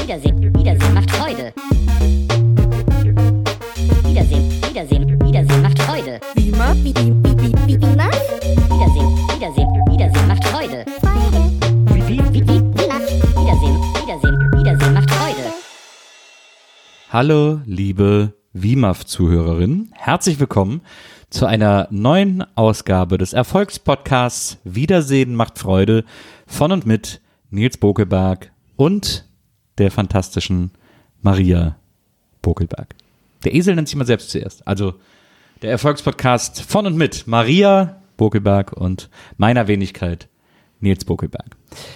Wiedersehen macht Freude. Wiedersehen macht Freude. Wie macht? Wiedersehen macht Freude. Wiedersehen macht Freude. Hallo, liebe WIMAF-Zuhörerinnen. Herzlich willkommen zu einer neuen Ausgabe des Erfolgspodcasts Wiedersehen macht Freude von und mit Nils Bokelberg und der fantastischen Maria Bokelberg. Der Esel nennt sich mal selbst zuerst. Also der Erfolgspodcast von und mit Maria Bokelberg und meiner Wenigkeit Nils Bokelberg.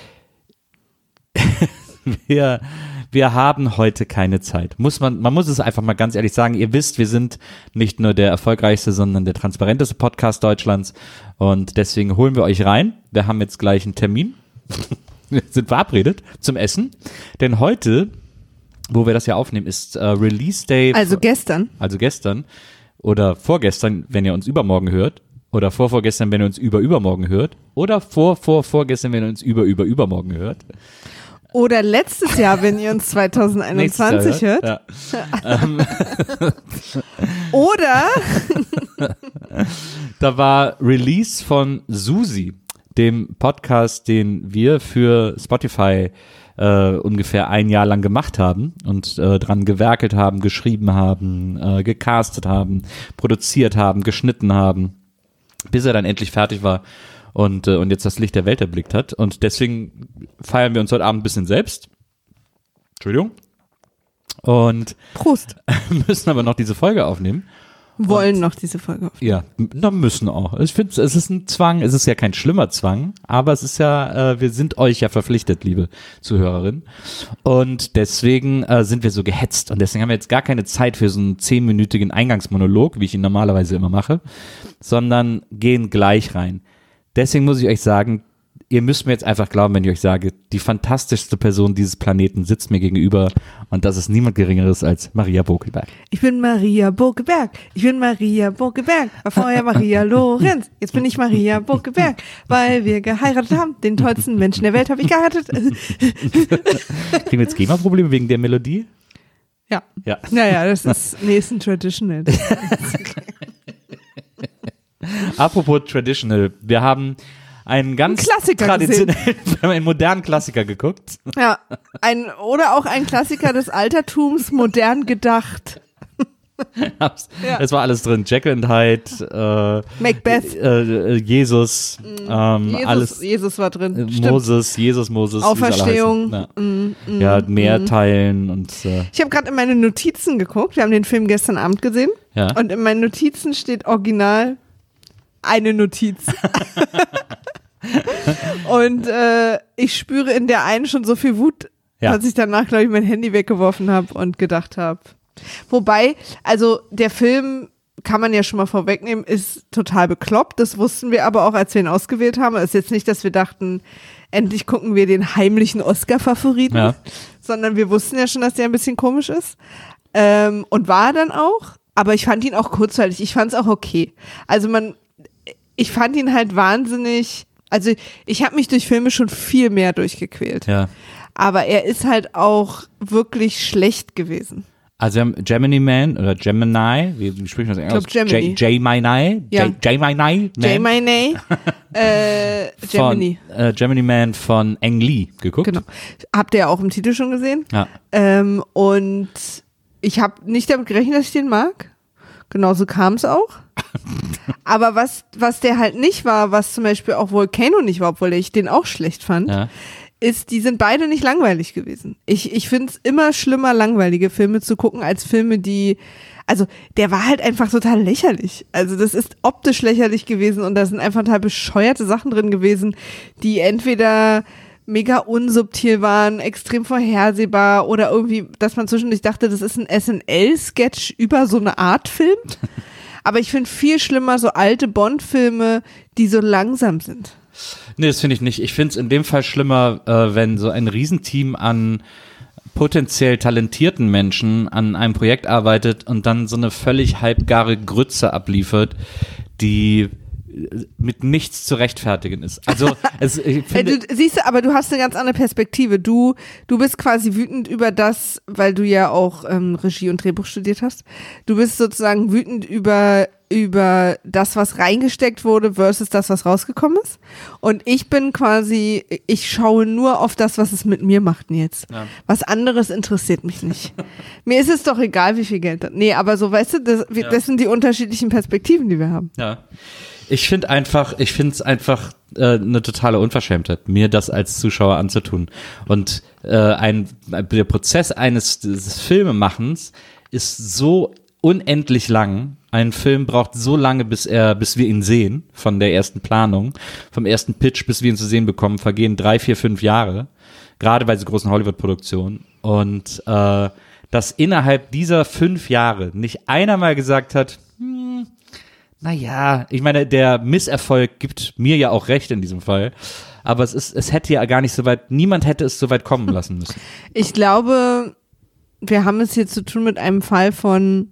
Wir haben heute keine Zeit. Man muss es einfach mal ganz ehrlich sagen. Ihr wisst, wir sind nicht nur der erfolgreichste, sondern der transparenteste Podcast Deutschlands. Und deswegen holen wir euch rein. Wir haben jetzt gleich einen Termin. Wir sind verabredet zum Essen. Denn heute, wo wir das ja aufnehmen, ist Release Day. Also gestern. Oder vorgestern, wenn ihr uns übermorgen hört. Oder vorgestern, wenn ihr uns übermorgen hört. Oder vorgestern, wenn ihr uns übermorgen hört. Oder letztes Jahr, wenn ihr uns 2021 hört. Ja. Oder da war Release von Susi, dem Podcast, den wir für Spotify ungefähr ein Jahr lang gemacht haben und dran gewerkelt haben, geschrieben haben, gecastet haben, produziert haben, geschnitten haben, bis er dann endlich fertig war. Und jetzt das Licht der Welt erblickt hat. Und deswegen feiern wir uns heute Abend ein bisschen selbst. Entschuldigung. Und Prost. Müssen aber noch diese Folge aufnehmen. Wollen noch diese Folge aufnehmen. Ja, müssen auch. Ich finde, es ist ein Zwang. Es ist ja kein schlimmer Zwang. Aber es ist ja, wir sind euch ja verpflichtet, liebe Zuhörerinnen. Und deswegen sind wir so gehetzt. Und deswegen haben wir jetzt gar keine Zeit für so einen 10-minütigen Eingangsmonolog, wie ich ihn normalerweise immer mache, sondern gehen gleich rein. Deswegen muss ich euch sagen, ihr müsst mir jetzt einfach glauben, wenn ich euch sage, die fantastischste Person dieses Planeten sitzt mir gegenüber und das ist niemand Geringeres als Maria Bokelberg. Ich bin Maria Bokelberg. War vorher Maria Lorenz. Jetzt bin ich Maria Bokelberg, weil wir geheiratet haben. Den tollsten Menschen der Welt habe ich geheiratet. Kriegen wir jetzt GEMA-Probleme wegen der Melodie? Ja. Ja. Naja, das ist ein Traditional. Apropos Traditional, wir haben einen ganz traditionellen, wir haben einen modernen Klassiker geguckt. Ja, oder auch ein Klassiker des Altertums, modern gedacht. Es war alles drin, Jekyll and Hyde, Macbeth, Jesus, alles. Jesus war drin. Moses, Auferstehung. Ja, Mehrteilen und. Ich habe gerade in meine Notizen geguckt. Wir haben den Film gestern Abend gesehen. Ja. Und in meinen Notizen steht original eine Notiz. Und ich spüre in der einen schon so viel Wut, dass ich danach, glaube ich, mein Handy weggeworfen habe und gedacht habe. Wobei, also der Film, kann man ja schon mal vorwegnehmen, ist total bekloppt. Das wussten wir aber auch, als wir ihn ausgewählt haben. Es ist jetzt nicht, dass wir dachten, endlich gucken wir den heimlichen Oscar-Favoriten, sondern wir wussten ja schon, dass der ein bisschen komisch ist. Und war dann auch. Aber ich fand ihn auch kurzweilig. Ich fand es auch okay. Also ich fand ihn halt wahnsinnig, also ich habe mich durch Filme schon viel mehr durchgequält. Ja. Aber er ist halt auch wirklich schlecht gewesen. Also wir haben Gemini Man oder Gemini, wie spricht man das aus? Ich glaube Gemini. Gemini. Gemini Man von Ang Lee geguckt. Genau. Habt ihr ja auch im Titel schon gesehen. Ja. Und ich habe nicht damit gerechnet, dass ich den mag. Genauso kam es auch. Aber was der halt nicht war, was zum Beispiel auch Volcano nicht war, obwohl ich den auch schlecht fand, ist, die sind beide nicht langweilig gewesen. Ich finde es immer schlimmer, langweilige Filme zu gucken, als Filme, also der war halt einfach total lächerlich. Also das ist optisch lächerlich gewesen und da sind einfach total bescheuerte Sachen drin gewesen, die entweder mega unsubtil waren, extrem vorhersehbar oder irgendwie, dass man zwischendurch dachte, das ist ein SNL-Sketch über so eine Art Film. Aber ich finde viel schlimmer so alte Bond-Filme, die so langsam sind. Nee, das finde ich nicht. Ich finde es in dem Fall schlimmer, wenn so ein Riesenteam an potenziell talentierten Menschen an einem Projekt arbeitet und dann so eine völlig halbgare Grütze abliefert, die mit nichts zu rechtfertigen ist. Also ich finde, Siehst du, aber du hast eine ganz andere Perspektive. Du bist quasi wütend über das, weil du ja auch Regie und Drehbuch studiert hast. Du bist sozusagen wütend über das, was reingesteckt wurde versus das, was rausgekommen ist. Und ich bin quasi, ich schaue nur auf das, was es mit mir macht jetzt. Ja. Was anderes interessiert mich nicht. Mir ist es doch egal, wie viel Geld. Nee, aber so, weißt du, das sind die unterschiedlichen Perspektiven, die wir haben. Ja. Ich finde es einfach eine totale Unverschämtheit, mir das als Zuschauer anzutun. Und der Prozess des Filmemachens ist so unendlich lang. Ein Film braucht so lange, bis wir ihn sehen, von der ersten Planung, vom ersten Pitch, bis wir ihn zu sehen bekommen, vergehen 3, 4, 5 Jahre, gerade bei so großen Hollywood-Produktionen. Und dass innerhalb dieser 5 Jahre nicht einer mal gesagt hat, naja, ich meine, der Misserfolg gibt mir ja auch recht in diesem Fall, aber es hätte ja gar nicht so weit, niemand hätte es so weit kommen lassen müssen. Ich glaube, wir haben es hier zu tun mit einem Fall von,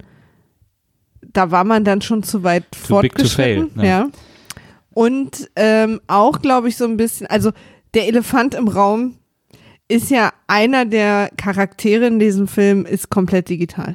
da war man dann schon zu weit fortgeschritten. Big to fail, ja. Und auch, glaube ich, so ein bisschen, also der Elefant im Raum ist ja einer der Charaktere in diesem Film, ist komplett digital.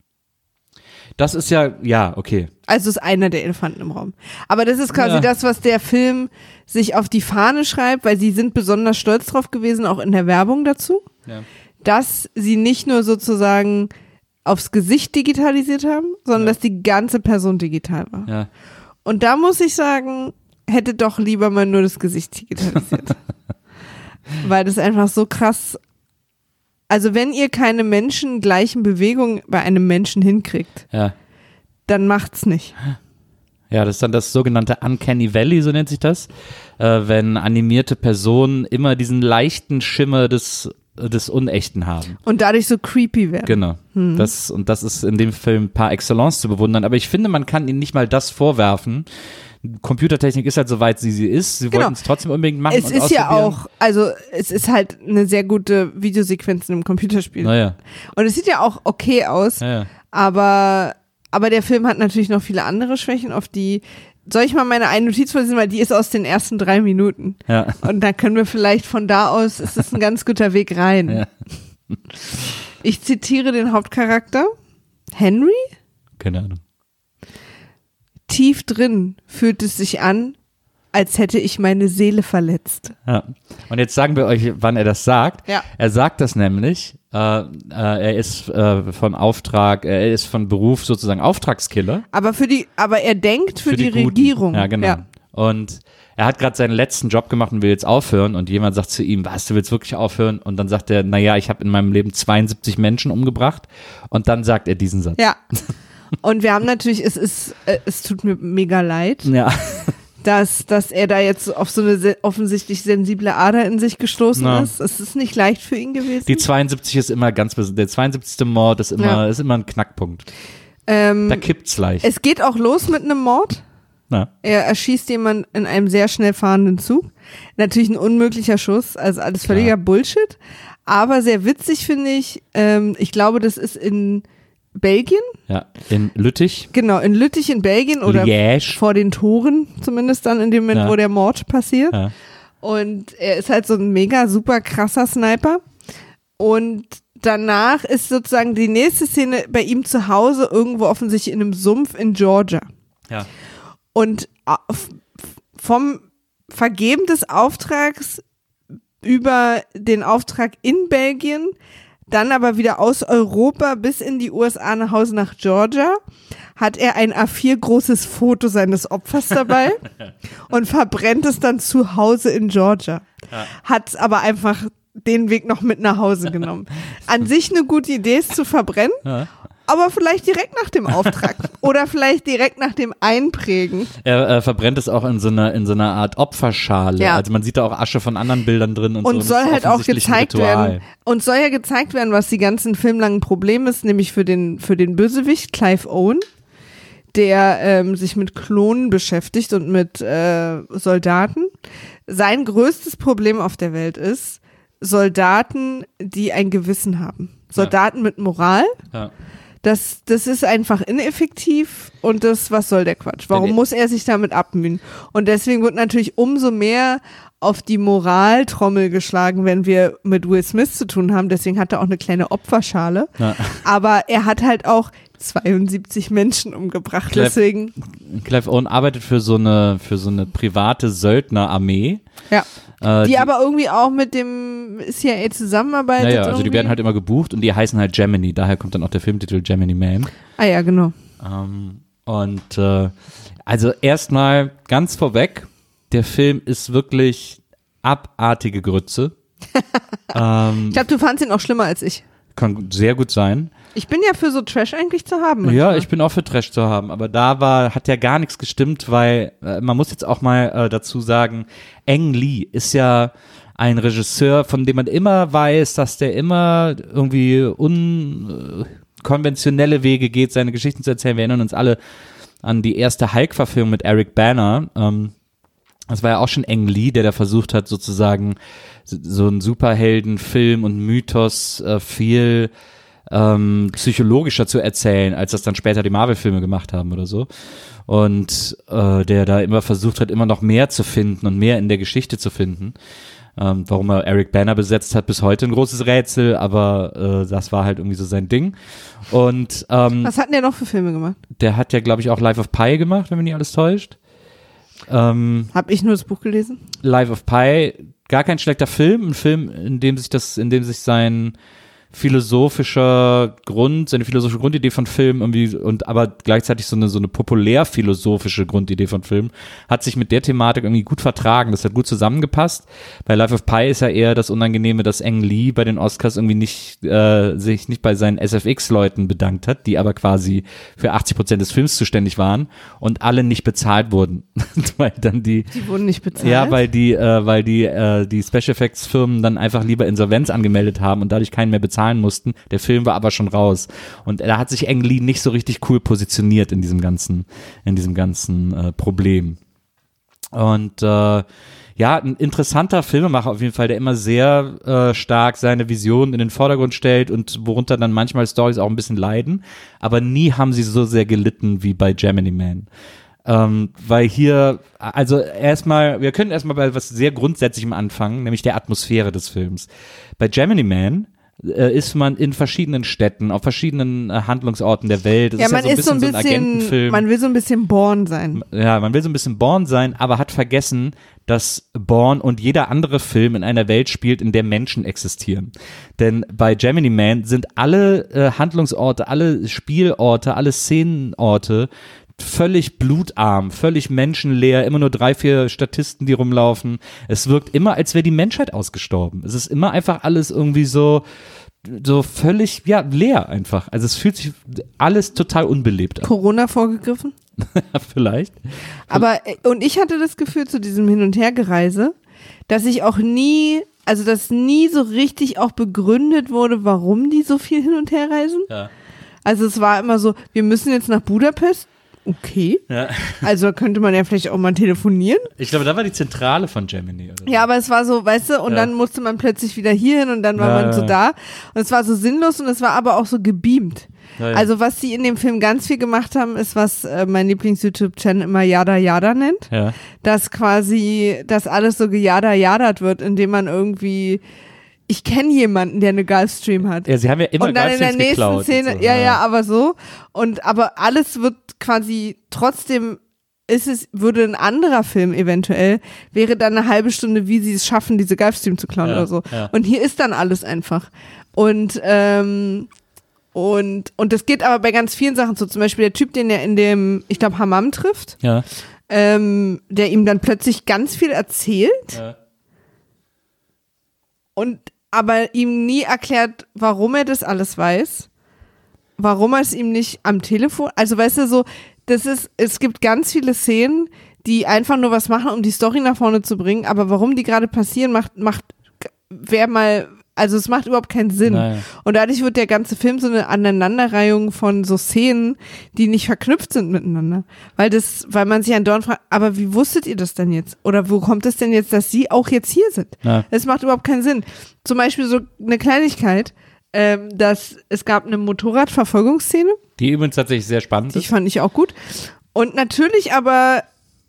Das ist ja, okay. Also ist einer der Elefanten im Raum. Aber das ist quasi das, was der Film sich auf die Fahne schreibt, weil sie sind besonders stolz drauf gewesen, auch in der Werbung dazu, dass sie nicht nur sozusagen aufs Gesicht digitalisiert haben, sondern dass die ganze Person digital war. Ja. Und da muss ich sagen, hätte doch lieber mal nur das Gesicht digitalisiert. Weil das einfach so krass, also wenn ihr keine menschengleichen Bewegungen bei einem Menschen hinkriegt, dann macht's nicht. Ja, das ist dann das sogenannte Uncanny Valley, so nennt sich das, wenn animierte Personen immer diesen leichten Schimmer des Unechten haben. Und dadurch so creepy werden. Genau. Das ist in dem Film par excellence zu bewundern. Aber ich finde, man kann ihnen nicht mal das vorwerfen. Computertechnik ist halt so weit, wie sie ist. Sie wollten es trotzdem unbedingt machen und ausprobieren. Es ist ja auch, also es ist halt eine sehr gute Videosequenz in einem Computerspiel. Naja. Und es sieht ja auch okay aus, aber der Film hat natürlich noch viele andere Schwächen, auf die. Soll ich mal meine eine Notiz vorlesen, weil die ist aus den ersten 3 Minuten. Ja. Und dann können wir vielleicht von da aus, ist das ein ganz guter Weg rein. Ja. Ich zitiere den Hauptcharakter. Henry? Keine Ahnung. Tief drin fühlt es sich an, als hätte ich meine Seele verletzt. Ja. Und jetzt sagen wir euch, wann er das sagt. Ja. Er sagt das nämlich, er ist von Beruf sozusagen Auftragskiller. Aber er denkt für die Regierung. Ja, genau. Ja. Und er hat gerade seinen letzten Job gemacht und will jetzt aufhören und jemand sagt zu ihm, was, du willst wirklich aufhören? Und dann sagt er, naja, ich habe in meinem Leben 72 Menschen umgebracht und dann sagt er diesen Satz. Ja. Und wir haben natürlich, es tut mir mega leid. Ja. Dass er da jetzt auf so eine offensichtlich sensible Ader in sich gestoßen ist. Es ist nicht leicht für ihn gewesen. Die 72 ist immer der 72. Mord ist immer ein Knackpunkt. Da kippt's leicht. Es geht auch los mit einem Mord. Na. Er erschießt jemanden in einem sehr schnell fahrenden Zug. Natürlich ein unmöglicher Schuss, also alles völliger Bullshit. Aber sehr witzig finde ich. Ich glaube, das ist in Belgien? Ja, in Lüttich. Genau, in Lüttich in Belgien oder Liège. Vor den Toren zumindest dann in dem Moment, wo der Mord passiert. Ja. Und er ist halt so ein mega super krasser Sniper. Und danach ist sozusagen die nächste Szene bei ihm zu Hause irgendwo offensichtlich in einem Sumpf in Georgia. Ja. Und vom Vergeben des Auftrags über den Auftrag in Belgien, dann aber wieder aus Europa bis in die USA nach Hause nach Georgia, hat er ein A4 großes Foto seines Opfers dabei und verbrennt es dann zu Hause in Georgia. Ja. Hat aber einfach den Weg noch mit nach Hause genommen. An sich eine gute Idee, es zu verbrennen, aber vielleicht direkt nach dem Auftrag oder vielleicht direkt nach dem Einprägen. Er verbrennt es auch in so einer Art Opferschale. Ja. Also man sieht da auch Asche von anderen Bildern drin und so. Und soll halt auch gezeigt werden. Und soll ja gezeigt werden, was die ganzen filmlangen Problem ist, nämlich für den Bösewicht Clive Owen, der sich mit Klonen beschäftigt und mit Soldaten. Sein größtes Problem auf der Welt ist Soldaten, die ein Gewissen haben. Soldaten mit Moral. Ja. Das ist einfach ineffektiv und was soll der Quatsch? Warum muss er sich damit abmühen? Und deswegen wird natürlich umso mehr auf die Moraltrommel geschlagen, wenn wir mit Will Smith zu tun haben. Deswegen hat er auch eine kleine Opferschale. Ja. Aber er hat halt auch 72 Menschen umgebracht. Deswegen. Clive Owen arbeitet für so eine private Söldnerarmee. Ja. Die aber irgendwie auch mit dem CIA zusammenarbeitet. Naja, also die werden halt immer gebucht und die heißen halt Gemini. Daher kommt dann auch der Filmtitel Gemini Man. Ah ja, genau. Also erstmal ganz vorweg, der Film ist wirklich abartige Grütze. Ich glaube, du fandst ihn auch schlimmer als ich. Kann sehr gut sein. Ich bin ja für so Trash eigentlich zu haben. Manchmal. Ja, ich bin auch für Trash zu haben, aber hat ja gar nichts gestimmt, weil man muss jetzt auch mal dazu sagen, Ang Lee ist ja ein Regisseur, von dem man immer weiß, dass der immer irgendwie unkonventionelle Wege geht, seine Geschichten zu erzählen. Wir erinnern uns alle an die erste Hulk-Verfilmung mit Eric Bana. Das war ja auch schon Ang Lee, der da versucht hat, sozusagen so einen Superheldenfilm und Mythos viel psychologischer zu erzählen, als das dann später die Marvel-Filme gemacht haben oder so. Und der da immer versucht hat, immer noch mehr zu finden und mehr in der Geschichte zu finden. Warum er Eric Bana besetzt hat, bis heute ein großes Rätsel, aber das war halt irgendwie so sein Ding. Und was hat denn der noch für Filme gemacht? Der hat ja, glaube ich, auch Life of Pi gemacht, wenn mich nicht alles täuscht. Hab ich nur das Buch gelesen? Life of Pi, gar kein schlechter Film, ein Film, in dem sich seine philosophische Grundidee von Film irgendwie aber gleichzeitig so eine populärphilosophische Grundidee von Film hat sich mit der Thematik irgendwie gut vertragen. Das hat gut zusammengepasst. Bei Life of Pi ist ja eher das Unangenehme, dass Ang Lee bei den Oscars irgendwie sich nicht bei seinen SFX-Leuten bedankt hat, die aber quasi für 80% des Films zuständig waren und alle nicht bezahlt wurden. Weil dann die wurden nicht bezahlt? Ja, weil die Special Effects Firmen dann einfach lieber Insolvenz angemeldet haben und dadurch keinen mehr bezahlen mussten. Der Film war aber schon raus. Und da hat sich Ang Lee nicht so richtig cool positioniert in diesem ganzen Problem. Und ein interessanter Filmemacher auf jeden Fall, der immer sehr stark seine Visionen in den Vordergrund stellt und worunter dann manchmal Storys auch ein bisschen leiden. Aber nie haben sie so sehr gelitten wie bei Gemini Man. Weil hier, also wir können erstmal bei was sehr Grundsätzlichem anfangen, nämlich der Atmosphäre des Films. Bei Gemini Man ist man in verschiedenen Städten, auf verschiedenen Handlungsorten der Welt. Das man ist so ein bisschen Agentenfilm. Man will so ein bisschen Bourne sein. Ja, man will so ein bisschen Bourne sein, aber hat vergessen, dass Bourne und jeder andere Film in einer Welt spielt, in der Menschen existieren. Denn bei Gemini Man sind alle Handlungsorte, alle Spielorte, alle Szenenorte völlig blutarm, völlig menschenleer, immer nur 3-4 Statisten, die rumlaufen. Es wirkt immer, als wäre die Menschheit ausgestorben. Es ist immer einfach alles irgendwie so völlig, leer einfach. Also es fühlt sich alles total unbelebt an. Corona vorgegriffen? Vielleicht. Aber, und ich hatte das Gefühl zu diesem Hin- und Hergereise, dass ich auch dass nie so richtig auch begründet wurde, warum die so viel hin und her reisen. Ja. Also es war immer so, wir müssen jetzt nach Budapest. Okay. Ja. Also könnte man ja vielleicht auch mal telefonieren. Ich glaube, da war die Zentrale von Gemini. Oder so. Ja, aber es war so, weißt du, und dann musste man plötzlich wieder hier hin und dann war man so da. Und es war so sinnlos und es war aber auch so gebeamt. Ja. Also was sie in dem Film ganz viel gemacht haben, ist, was mein Lieblings-YouTube-Channel immer Yada Yada nennt. Ja. Dass quasi das alles so gejada-jadert wird, indem man irgendwie... Ich kenne jemanden, der eine Gulfstream hat. Ja, sie haben ja immer und dann Gulfstreams in der nächsten geklaut Szene, so. ja, aber so. Aber alles wird quasi trotzdem würde ein anderer Film eventuell, wäre dann eine halbe Stunde, wie sie es schaffen, diese Gulfstream zu klauen oder so. Ja. Und hier ist dann alles einfach. Und das geht aber bei ganz vielen Sachen so. Zum Beispiel der Typ, den er in dem, ich glaube, Hammam trifft, der ihm dann plötzlich ganz viel erzählt. Ja. Und aber ihm nie erklärt, warum er das alles weiß, warum er es ihm nicht am Telefon, also weißt du so, es gibt ganz viele Szenen, die einfach nur was machen, um die Story nach vorne zu bringen, aber warum die gerade passieren, es macht überhaupt keinen Sinn. Naja. Und dadurch wird der ganze Film so eine Aneinanderreihung von so Szenen, die nicht verknüpft sind miteinander. Weil man sich andauernd fragt, aber wie wusstet ihr das denn jetzt? Oder wo kommt es denn jetzt, dass sie auch jetzt hier sind? Das macht überhaupt keinen Sinn. Zum Beispiel so eine Kleinigkeit, dass es gab eine Motorradverfolgungsszene. Die übrigens tatsächlich sehr spannend Die ist. fand ich auch gut. Und natürlich aber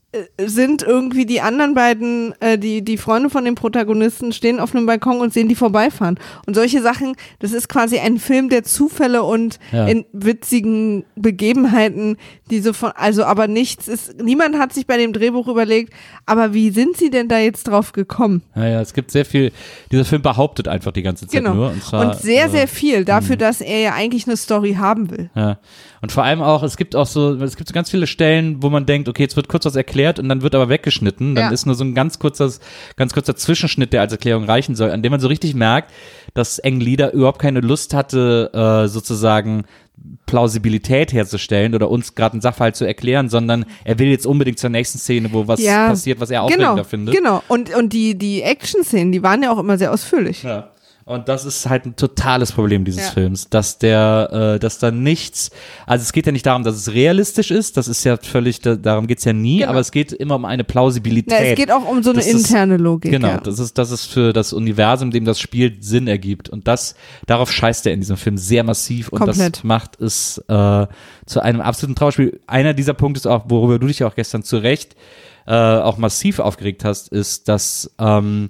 sind irgendwie die anderen beiden, die Freunde von den Protagonisten stehen auf einem Balkon und sehen die vorbeifahren. Und solche Sachen, das ist quasi ein Film der Zufälle und in witzigen Begebenheiten, die so also aber niemand hat sich bei dem Drehbuch überlegt, aber wie sind sie denn da jetzt drauf gekommen? Ja, es gibt sehr viel, dieser Film behauptet einfach die ganze Zeit nur. Und sehr, sehr viel dafür, dass er ja eigentlich eine Story haben will. Ja. Und vor allem auch, es gibt so ganz viele Stellen, wo man denkt, okay, jetzt wird kurz was erklärt und dann wird aber weggeschnitten. Dann ist nur so ein ganz kurzer Zwischenschnitt, der als Erklärung reichen soll, an dem man so richtig merkt, dass Ang Lee da überhaupt keine Lust hatte, sozusagen Plausibilität herzustellen oder uns gerade einen Sachverhalt zu erklären, sondern er will jetzt unbedingt zur nächsten Szene, wo was passiert, was er aufregender findet. Genau, und die Action-Szenen, die waren ja auch immer sehr ausführlich. Ja. Und das ist halt ein totales Problem dieses Films, dass da nichts, also es geht ja nicht darum, dass es realistisch ist, das ist ja völlig, darum geht's ja nie, aber es geht immer um eine Plausibilität. Es geht auch um so eine interne Logik. Genau, das ist für das Universum, in dem das Spiel Sinn ergibt und darauf scheißt er in diesem Film sehr massiv und das macht es zu einem absoluten Trauerspiel. Einer dieser Punkte ist auch, worüber du dich auch gestern zu Recht auch massiv aufgeregt hast, ist, dass Ang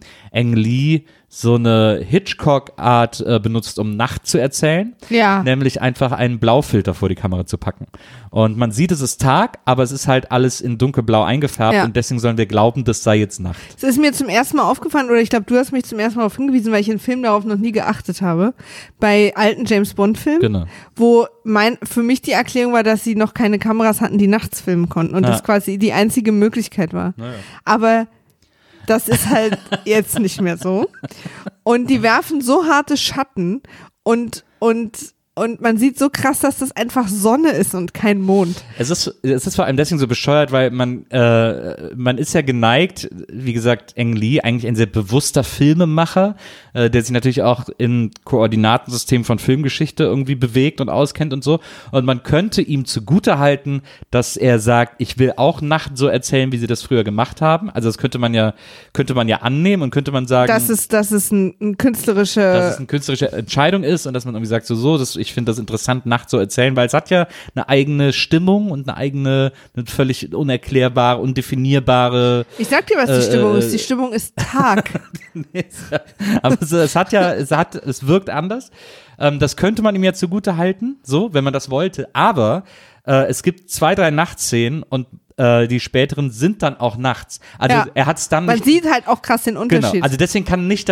Lee so eine Hitchcock-Art benutzt, um Nacht zu erzählen. Ja. Nämlich einfach einen Blaufilter vor die Kamera zu packen. Und man sieht, es ist Tag, aber es ist halt alles in dunkelblau eingefärbt und deswegen sollen wir glauben, das sei jetzt Nacht. Es ist mir zum ersten Mal aufgefallen, oder ich glaube, du hast mich zum ersten Mal darauf hingewiesen, weil ich in Filmen darauf noch nie geachtet habe, bei alten James-Bond-Filmen, wo für mich die Erklärung war, dass sie noch keine Kameras hatten, die nachts filmen konnten und das quasi die einzige Möglichkeit war. Naja. Aber das ist halt jetzt nicht mehr so. Und die werfen so harte Schatten und man sieht so krass, dass das einfach Sonne ist und kein Mond. Es ist vor allem deswegen so bescheuert, weil man ist ja geneigt, wie gesagt, Ang Lee, eigentlich ein sehr bewusster Filmemacher, der sich natürlich auch im Koordinatensystem von Filmgeschichte irgendwie bewegt und auskennt und so. Und man könnte ihm zugutehalten, dass er sagt, ich will auch Nacht so erzählen, wie sie das früher gemacht haben. Also das könnte man ja annehmen und könnte man sagen, dass es eine künstlerische Entscheidung ist und dass man irgendwie sagt, ich finde das interessant, Nacht so erzählen, weil es hat ja eine eigene Stimmung und eine völlig unerklärbare, undefinierbare. Ich sag dir, was die Stimmung ist. Die Stimmung ist Tag. Aber es wirkt anders. Das könnte man ihm ja zugute halten, so, wenn man das wollte. Aber es gibt 2, 3 Nachtszenen und die späteren sind dann auch nachts. Also er hat es dann nicht. Man sieht halt auch krass den Unterschied. Genau, also deswegen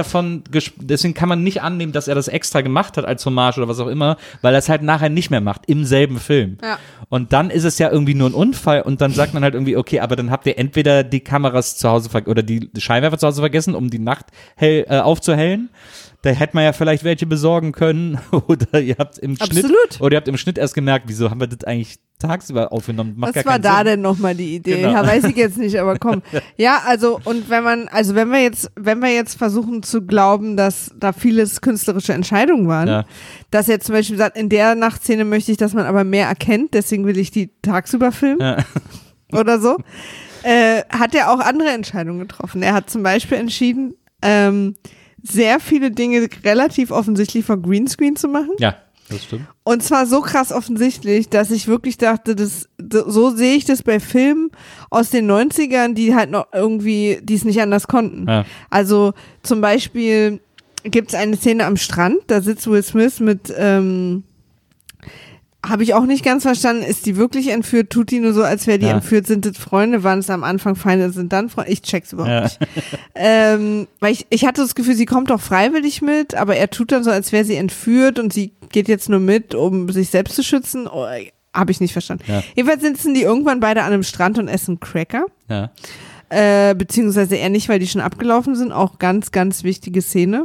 kann man nicht annehmen, dass er das extra gemacht hat als Hommage oder was auch immer, weil er es halt nachher nicht mehr macht, im selben Film. Ja. Und dann ist es ja irgendwie nur ein Unfall und dann sagt man halt irgendwie, okay, aber dann habt ihr entweder die Kameras zu Hause oder die Scheinwerfer zu Hause vergessen, um die Nacht aufzuhellen. Da hätte man ja vielleicht welche besorgen können oder ihr habt im Schnitt erst gemerkt, wieso haben wir das eigentlich tagsüber aufgenommen? Was war da denn nochmal die Idee? Genau. Ja, weiß ich jetzt nicht, aber komm. Ja, also und wenn wir jetzt versuchen zu glauben, dass da vieles künstlerische Entscheidungen waren, dass er zum Beispiel sagt, in der Nachtszene möchte ich, dass man aber mehr erkennt, deswegen will ich die tagsüber filmen oder so, hat er auch andere Entscheidungen getroffen. Er hat zum Beispiel entschieden, sehr viele Dinge relativ offensichtlich vor Greenscreen zu machen. Ja, das stimmt. Und zwar so krass offensichtlich, dass ich wirklich dachte, so sehe ich das bei Filmen aus den 90ern, die halt noch irgendwie, die es nicht anders konnten. Ja. Also zum Beispiel gibt es eine Szene am Strand, da sitzt Will Smith mit, habe ich auch nicht ganz verstanden, ist die wirklich entführt? Tut die nur so, als wäre die entführt? Sind das Freunde? Waren es am Anfang Feinde? Sind dann Freunde? Ich check's überhaupt nicht. Weil ich hatte das Gefühl, sie kommt doch freiwillig mit, aber er tut dann so, als wäre sie entführt und sie geht jetzt nur mit, um sich selbst zu schützen. Oh, habe ich nicht verstanden. Ja. Jedenfalls sitzen die irgendwann beide an einem Strand und essen Cracker. Ja. Beziehungsweise eher nicht, weil die schon abgelaufen sind. Auch ganz, ganz wichtige Szene.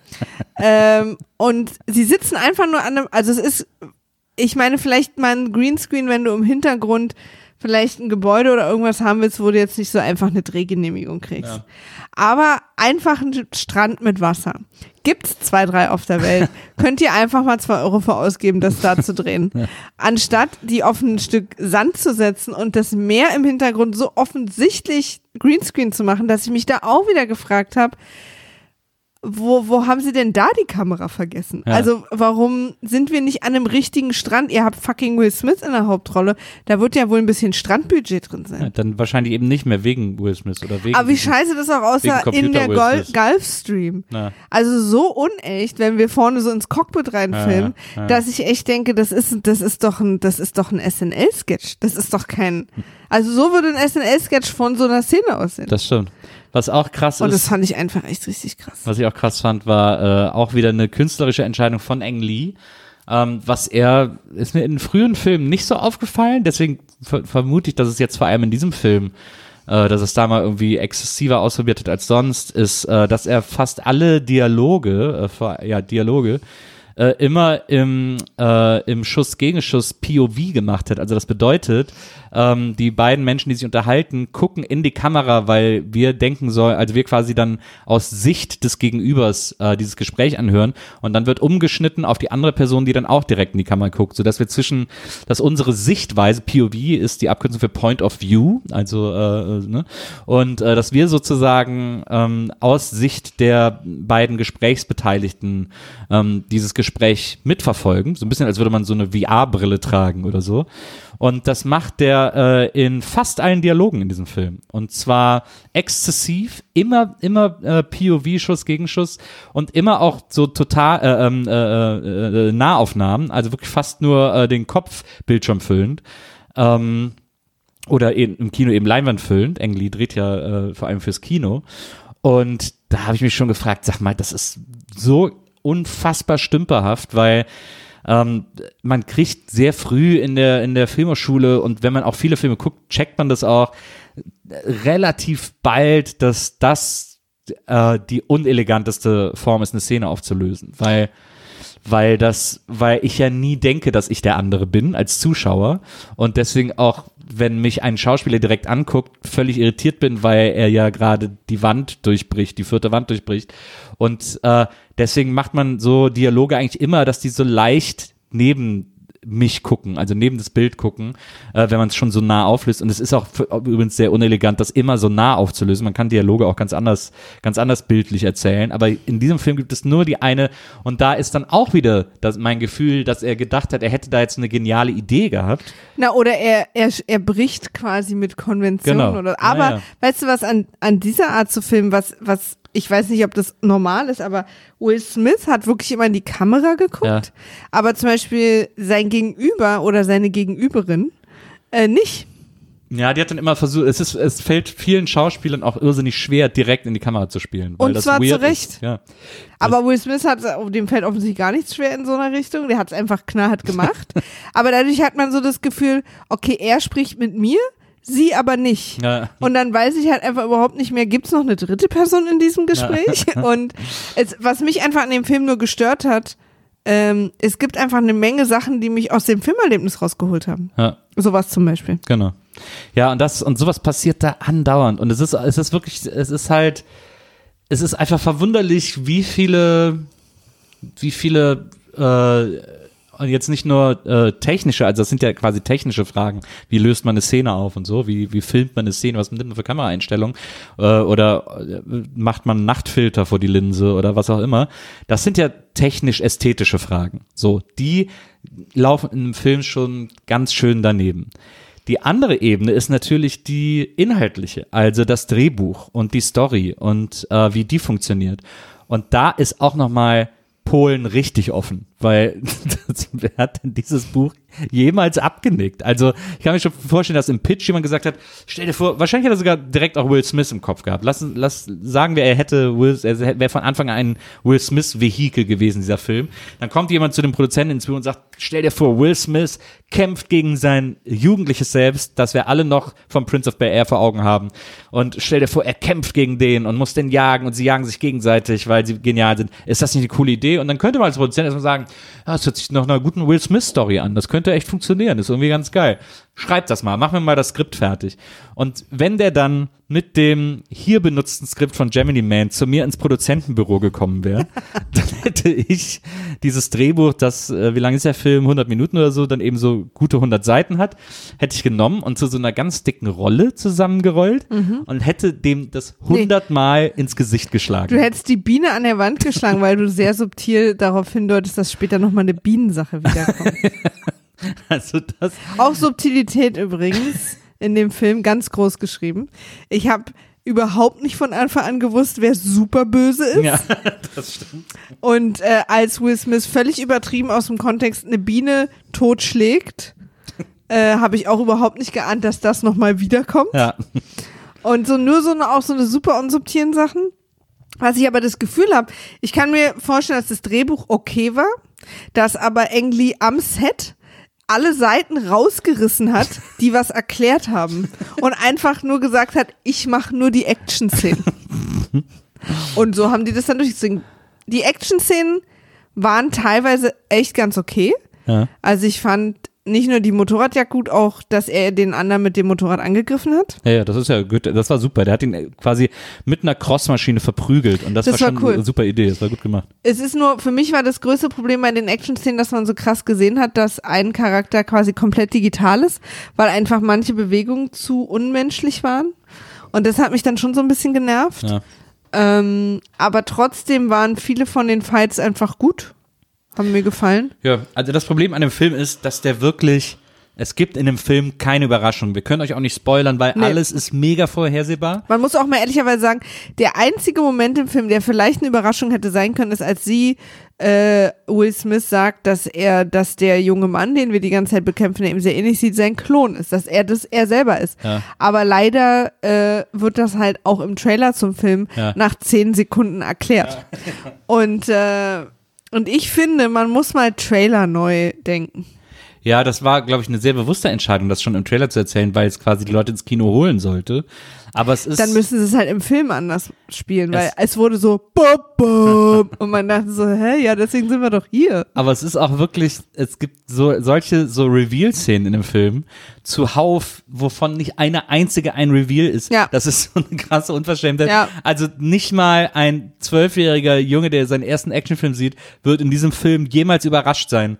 Und sie sitzen einfach nur an einem, also es ist, ich meine, vielleicht mal ein Greenscreen, wenn du im Hintergrund vielleicht ein Gebäude oder irgendwas haben willst, wo du jetzt nicht so einfach eine Drehgenehmigung kriegst. Ja. Aber einfach ein Strand mit Wasser. Gibt's 2, 3 auf der Welt. Könnt ihr einfach mal 2 Euro für ausgeben, das da zu drehen. Ja. Anstatt die auf ein Stück Sand zu setzen und das Meer im Hintergrund so offensichtlich Greenscreen zu machen, dass ich mich da auch wieder gefragt habe, wo haben sie denn da die Kamera vergessen? Ja. Also warum sind wir nicht an einem richtigen Strand? Ihr habt fucking Will Smith in der Hauptrolle. Da wird ja wohl ein bisschen Strandbudget drin sein. Ja, dann wahrscheinlich eben nicht mehr wegen Will Smith oder wegen. Aber wie scheiße das auch aussah in der Will Smith. Gulfstream. Na. Also so unecht, wenn wir vorne so ins Cockpit reinfilmen, dass ich echt denke, das ist doch ein SNL-Sketch. Das ist doch kein, also so würde ein SNL-Sketch von so einer Szene aussehen. Das stimmt. Was auch krass Und ist. das fand ich einfach echt richtig krass. Was ich auch krass fand, war auch wieder eine künstlerische Entscheidung von Ang Lee. Ist mir in frühen Filmen nicht so aufgefallen, deswegen vermute ich, dass es jetzt vor allem in diesem Film, dass es da mal irgendwie exzessiver ausprobiert hat als sonst, ist, dass er fast alle Dialoge immer im Schuss-Gegenschuss POV gemacht hat. Also das bedeutet, die beiden Menschen, die sich unterhalten, gucken in die Kamera, weil wir denken sollen, also wir quasi dann aus Sicht des Gegenübers dieses Gespräch anhören und dann wird umgeschnitten auf die andere Person, die dann auch direkt in die Kamera guckt, sodass wir dass unsere Sichtweise, POV ist die Abkürzung für Point of View, also und dass wir sozusagen aus Sicht der beiden Gesprächsbeteiligten dieses Gespräch mitverfolgen, so ein bisschen als würde man so eine VR-Brille tragen oder so. Und das macht der in fast allen Dialogen in diesem Film. Und zwar exzessiv, immer POV, Schuss gegen Schuss und immer auch so total Nahaufnahmen, also wirklich fast nur den Kopfbildschirm füllend. Oder im Kino eben Leinwand füllend. Ang Lee dreht ja vor allem fürs Kino. Und da habe ich mich schon gefragt, sag mal, das ist so unfassbar stümperhaft, weil man kriegt sehr früh in der Filmhochschule und wenn man auch viele Filme guckt, checkt man das auch relativ bald, dass das die uneleganteste Form ist, eine Szene aufzulösen, weil ich ja nie denke, dass ich der andere bin als Zuschauer und deswegen auch, wenn mich ein Schauspieler direkt anguckt, völlig irritiert bin, weil er ja gerade die Wand durchbricht, die vierte Wand durchbricht und deswegen macht man so Dialoge eigentlich immer, dass die so leicht neben mich gucken, also neben das Bild gucken, wenn man es schon so nah auflöst. Und es ist auch übrigens sehr unelegant, das immer so nah aufzulösen. Man kann Dialoge auch ganz anders bildlich erzählen. Aber in diesem Film gibt es nur die eine. Und da ist dann auch wieder mein Gefühl, dass er gedacht hat, er hätte da jetzt eine geniale Idee gehabt. Na, oder er bricht quasi mit Konventionen. Genau. Aber weißt du was, an dieser Art zu filmen, was ich weiß nicht, ob das normal ist, aber Will Smith hat wirklich immer in die Kamera geguckt, Ja. aber zum Beispiel sein Gegenüber oder seine Gegenüberin nicht. Ja, die hat dann immer versucht, es fällt vielen Schauspielern auch irrsinnig schwer, direkt in die Kamera zu spielen. Weil Und das zwar weird zu Recht. ist. Ja. Aber Will Smith dem fällt offensichtlich gar nichts schwer in so einer Richtung. Der hat es einfach knallhart gemacht. Aber dadurch hat man so das Gefühl, okay, er spricht mit mir, sie aber nicht. Ja. Und dann weiß ich halt einfach überhaupt nicht mehr, gibt's noch eine dritte Person in diesem Gespräch? Ja. Und was mich einfach an dem Film nur gestört hat, es gibt einfach eine Menge Sachen, die mich aus dem Filmerlebnis rausgeholt haben. Ja. Sowas zum Beispiel. Genau. Ja, und sowas passiert da andauernd. Und es ist einfach verwunderlich, wie viele und jetzt nicht nur technische, also das sind ja quasi technische Fragen, wie löst man eine Szene auf und so, wie filmt man eine Szene, was nimmt man für Kameraeinstellungen oder macht man einen Nachtfilter vor die Linse oder was auch immer. Das sind ja technisch-ästhetische Fragen. So, die laufen in einem Film schon ganz schön daneben. Die andere Ebene ist natürlich die inhaltliche, also das Drehbuch und die Story und wie die funktioniert. Und da ist auch nochmal Polen richtig offen, weil wer hat denn dieses Buch jemals abgenickt? Also ich kann mir schon vorstellen, dass im Pitch jemand gesagt hat, stell dir vor, wahrscheinlich hat er sogar direkt auch Will Smith im Kopf gehabt. Sagen wir, er wäre von Anfang an ein Will Smith-Vehikel gewesen, dieser Film. Dann kommt jemand zu dem Produzenten ins Büro und sagt, stell dir vor, Will Smith kämpft gegen sein jugendliches Selbst, das wir alle noch vom Prince of Bel-Air vor Augen haben. Und stell dir vor, er kämpft gegen den und muss den jagen und sie jagen sich gegenseitig, weil sie genial sind. Ist das nicht eine coole Idee? Und dann könnte man als Produzent erstmal sagen, ja, das hört sich nach einer guten Will Smith-Story an. Das könnte könnte echt funktionieren, ist irgendwie ganz geil. Schreib das mal, mach mir mal das Skript fertig. Und wenn der dann mit dem hier benutzten Skript von Gemini Man zu mir ins Produzentenbüro gekommen wäre, dann hätte ich dieses Drehbuch, das, wie lang ist der Film, 100 Minuten oder so, dann eben so gute 100 Seiten hat, hätte ich genommen und zu so einer ganz dicken Rolle zusammengerollt und hätte dem das 100 Mal ins Gesicht geschlagen. Du hättest die Biene an der Wand geschlagen, weil du sehr subtil darauf hindeutest, dass später nochmal eine Bienensache wiederkommt. Also das. Auch Subtilität übrigens in dem Film ganz groß geschrieben. Ich habe überhaupt nicht von Anfang an gewusst, wer super böse ist. Ja, das stimmt. Und als Will Smith völlig übertrieben aus dem Kontext eine Biene totschlägt, habe ich auch überhaupt nicht geahnt, dass das nochmal wiederkommt. Ja. Und auch so eine super unsubtilen Sachen. Was ich aber das Gefühl habe, ich kann mir vorstellen, dass das Drehbuch okay war, dass aber Ang Lee am Set alle Seiten rausgerissen hat, die was erklärt haben und einfach nur gesagt hat, ich mache nur die Action-Szenen. Und so haben die das dann durchgezogen. Die Action-Szenen waren teilweise echt ganz okay. Ja. Also ich fand nicht nur die Motorradjagd gut, auch, dass er den anderen mit dem Motorrad angegriffen hat. Ja, das ist ja gut, das war super. Der hat ihn quasi mit einer Crossmaschine verprügelt und das war schon cool. Eine super Idee, das war gut gemacht. Es ist nur, für mich war das größte Problem bei den Action-Szenen, dass man so krass gesehen hat, dass ein Charakter quasi komplett digital ist, weil einfach manche Bewegungen zu unmenschlich waren. Und das hat mich dann schon so ein bisschen genervt. Ja. Aber trotzdem waren viele von den Fights einfach gut. Haben mir gefallen. Ja, also das Problem an dem Film ist, dass der wirklich, es gibt in dem Film keine Überraschung. Wir können euch auch nicht spoilern, weil alles ist mega vorhersehbar. Man muss auch mal ehrlicherweise sagen, der einzige Moment im Film, der vielleicht eine Überraschung hätte sein können, ist, als Will Smith sagt, dass der junge Mann, den wir die ganze Zeit bekämpfen, der ihm sehr ähnlich sieht, sein Klon ist, dass er selber ist. Ja. Aber leider wird das halt auch im Trailer zum Film nach 10 Sekunden erklärt. Ja. Und ich finde, man muss mal Trailer neu denken. Ja, das war, glaube ich, eine sehr bewusste Entscheidung, das schon im Trailer zu erzählen, weil es quasi die Leute ins Kino holen sollte. Aber es ist. Dann müssen sie es halt im Film anders spielen, weil es wurde so bop, bop, und man dachte so, ja, deswegen sind wir doch hier. Aber es ist auch wirklich, es gibt solche Reveal-Szenen in dem Film zuhauf, wovon nicht eine einzige ein Reveal ist. Ja. Das ist so eine krasse Unverschämtheit. Ja. Also nicht mal ein 12-jähriger Junge, der seinen ersten Actionfilm sieht, wird in diesem Film jemals überrascht sein.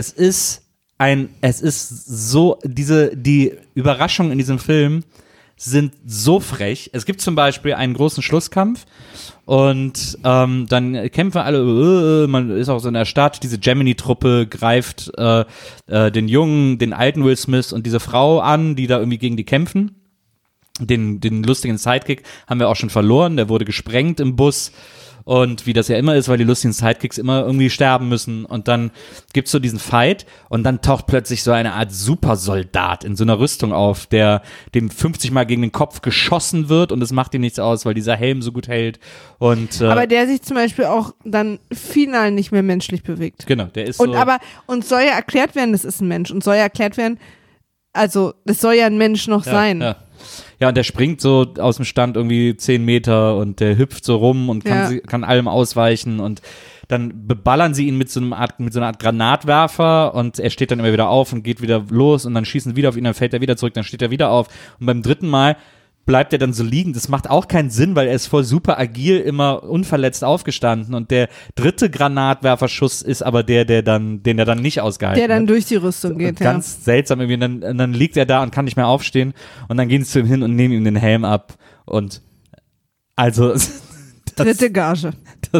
Die Überraschungen in diesem Film sind so frech. Es gibt zum Beispiel einen großen Schlusskampf und dann kämpfen alle, man ist auch so in der Stadt, diese Gemini-Truppe greift den Jungen, den alten Will Smith und diese Frau an, die da irgendwie gegen die kämpfen. Den lustigen Sidekick haben wir auch schon verloren, der wurde gesprengt im Bus. Und wie das ja immer ist, weil die lustigen Sidekicks immer irgendwie sterben müssen. Und dann gibt's so diesen Fight und dann taucht plötzlich so eine Art Supersoldat in so einer Rüstung auf, der dem 50 Mal gegen den Kopf geschossen wird und es macht ihm nichts aus, weil dieser Helm so gut hält. Aber der sich zum Beispiel auch dann final nicht mehr menschlich bewegt. Genau, der ist und soll ja erklärt werden, das ist ein Mensch und soll ja erklärt werden, also das soll ja ein Mensch noch sein. Ja. Ja, und der springt so aus dem Stand irgendwie 10 Meter und der hüpft so rum und kann allem ausweichen und dann beballern sie ihn mit so einer Art Granatwerfer und er steht dann immer wieder auf und geht wieder los und dann schießen sie wieder auf ihn, dann fällt er wieder zurück, dann steht er wieder auf und beim dritten Mal bleibt er dann so liegen. Das macht auch keinen Sinn, weil er ist voll super agil, immer unverletzt aufgestanden und der dritte Granatwerferschuss ist aber den er dann nicht ausgehalten hat. Der dann durch die Rüstung geht, Ganz seltsam irgendwie. Und dann liegt er da und kann nicht mehr aufstehen und dann gehen sie zu ihm hin und nehmen ihm den Helm ab und also dritte Gage.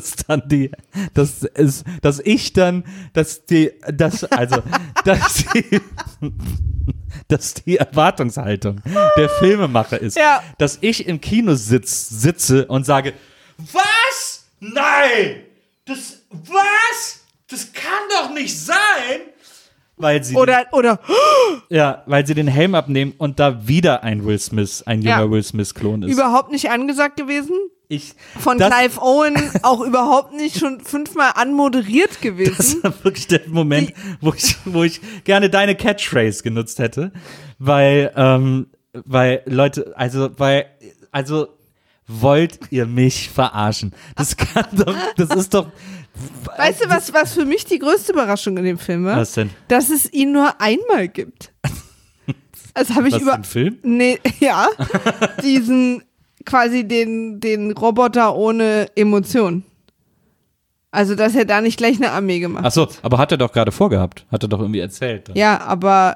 Dass die Erwartungshaltung der Filmemacher ist, dass ich im Kino sitze und sage, was? Nein! Das kann doch nicht sein! Weil sie weil sie den Helm abnehmen und da wieder ein junger Will Smith-Klon ist. Überhaupt nicht angesagt gewesen. Von Clive Owen auch überhaupt nicht schon 5-mal anmoderiert gewesen. Das war wirklich der Moment, wo ich gerne deine Catchphrase genutzt hätte, weil Leute, wollt ihr mich verarschen? Das ist doch. Weißt du, was für mich die größte Überraschung in dem Film war? Was denn? Dass es ihn nur einmal gibt. Also habe ich Was, den Film? Nee, ja. Quasi den Roboter ohne Emotion. Also, dass er da nicht gleich eine Armee gemacht hat. Ach so, aber hat er doch gerade vorgehabt. Hat er doch irgendwie erzählt. Dann. Ja, aber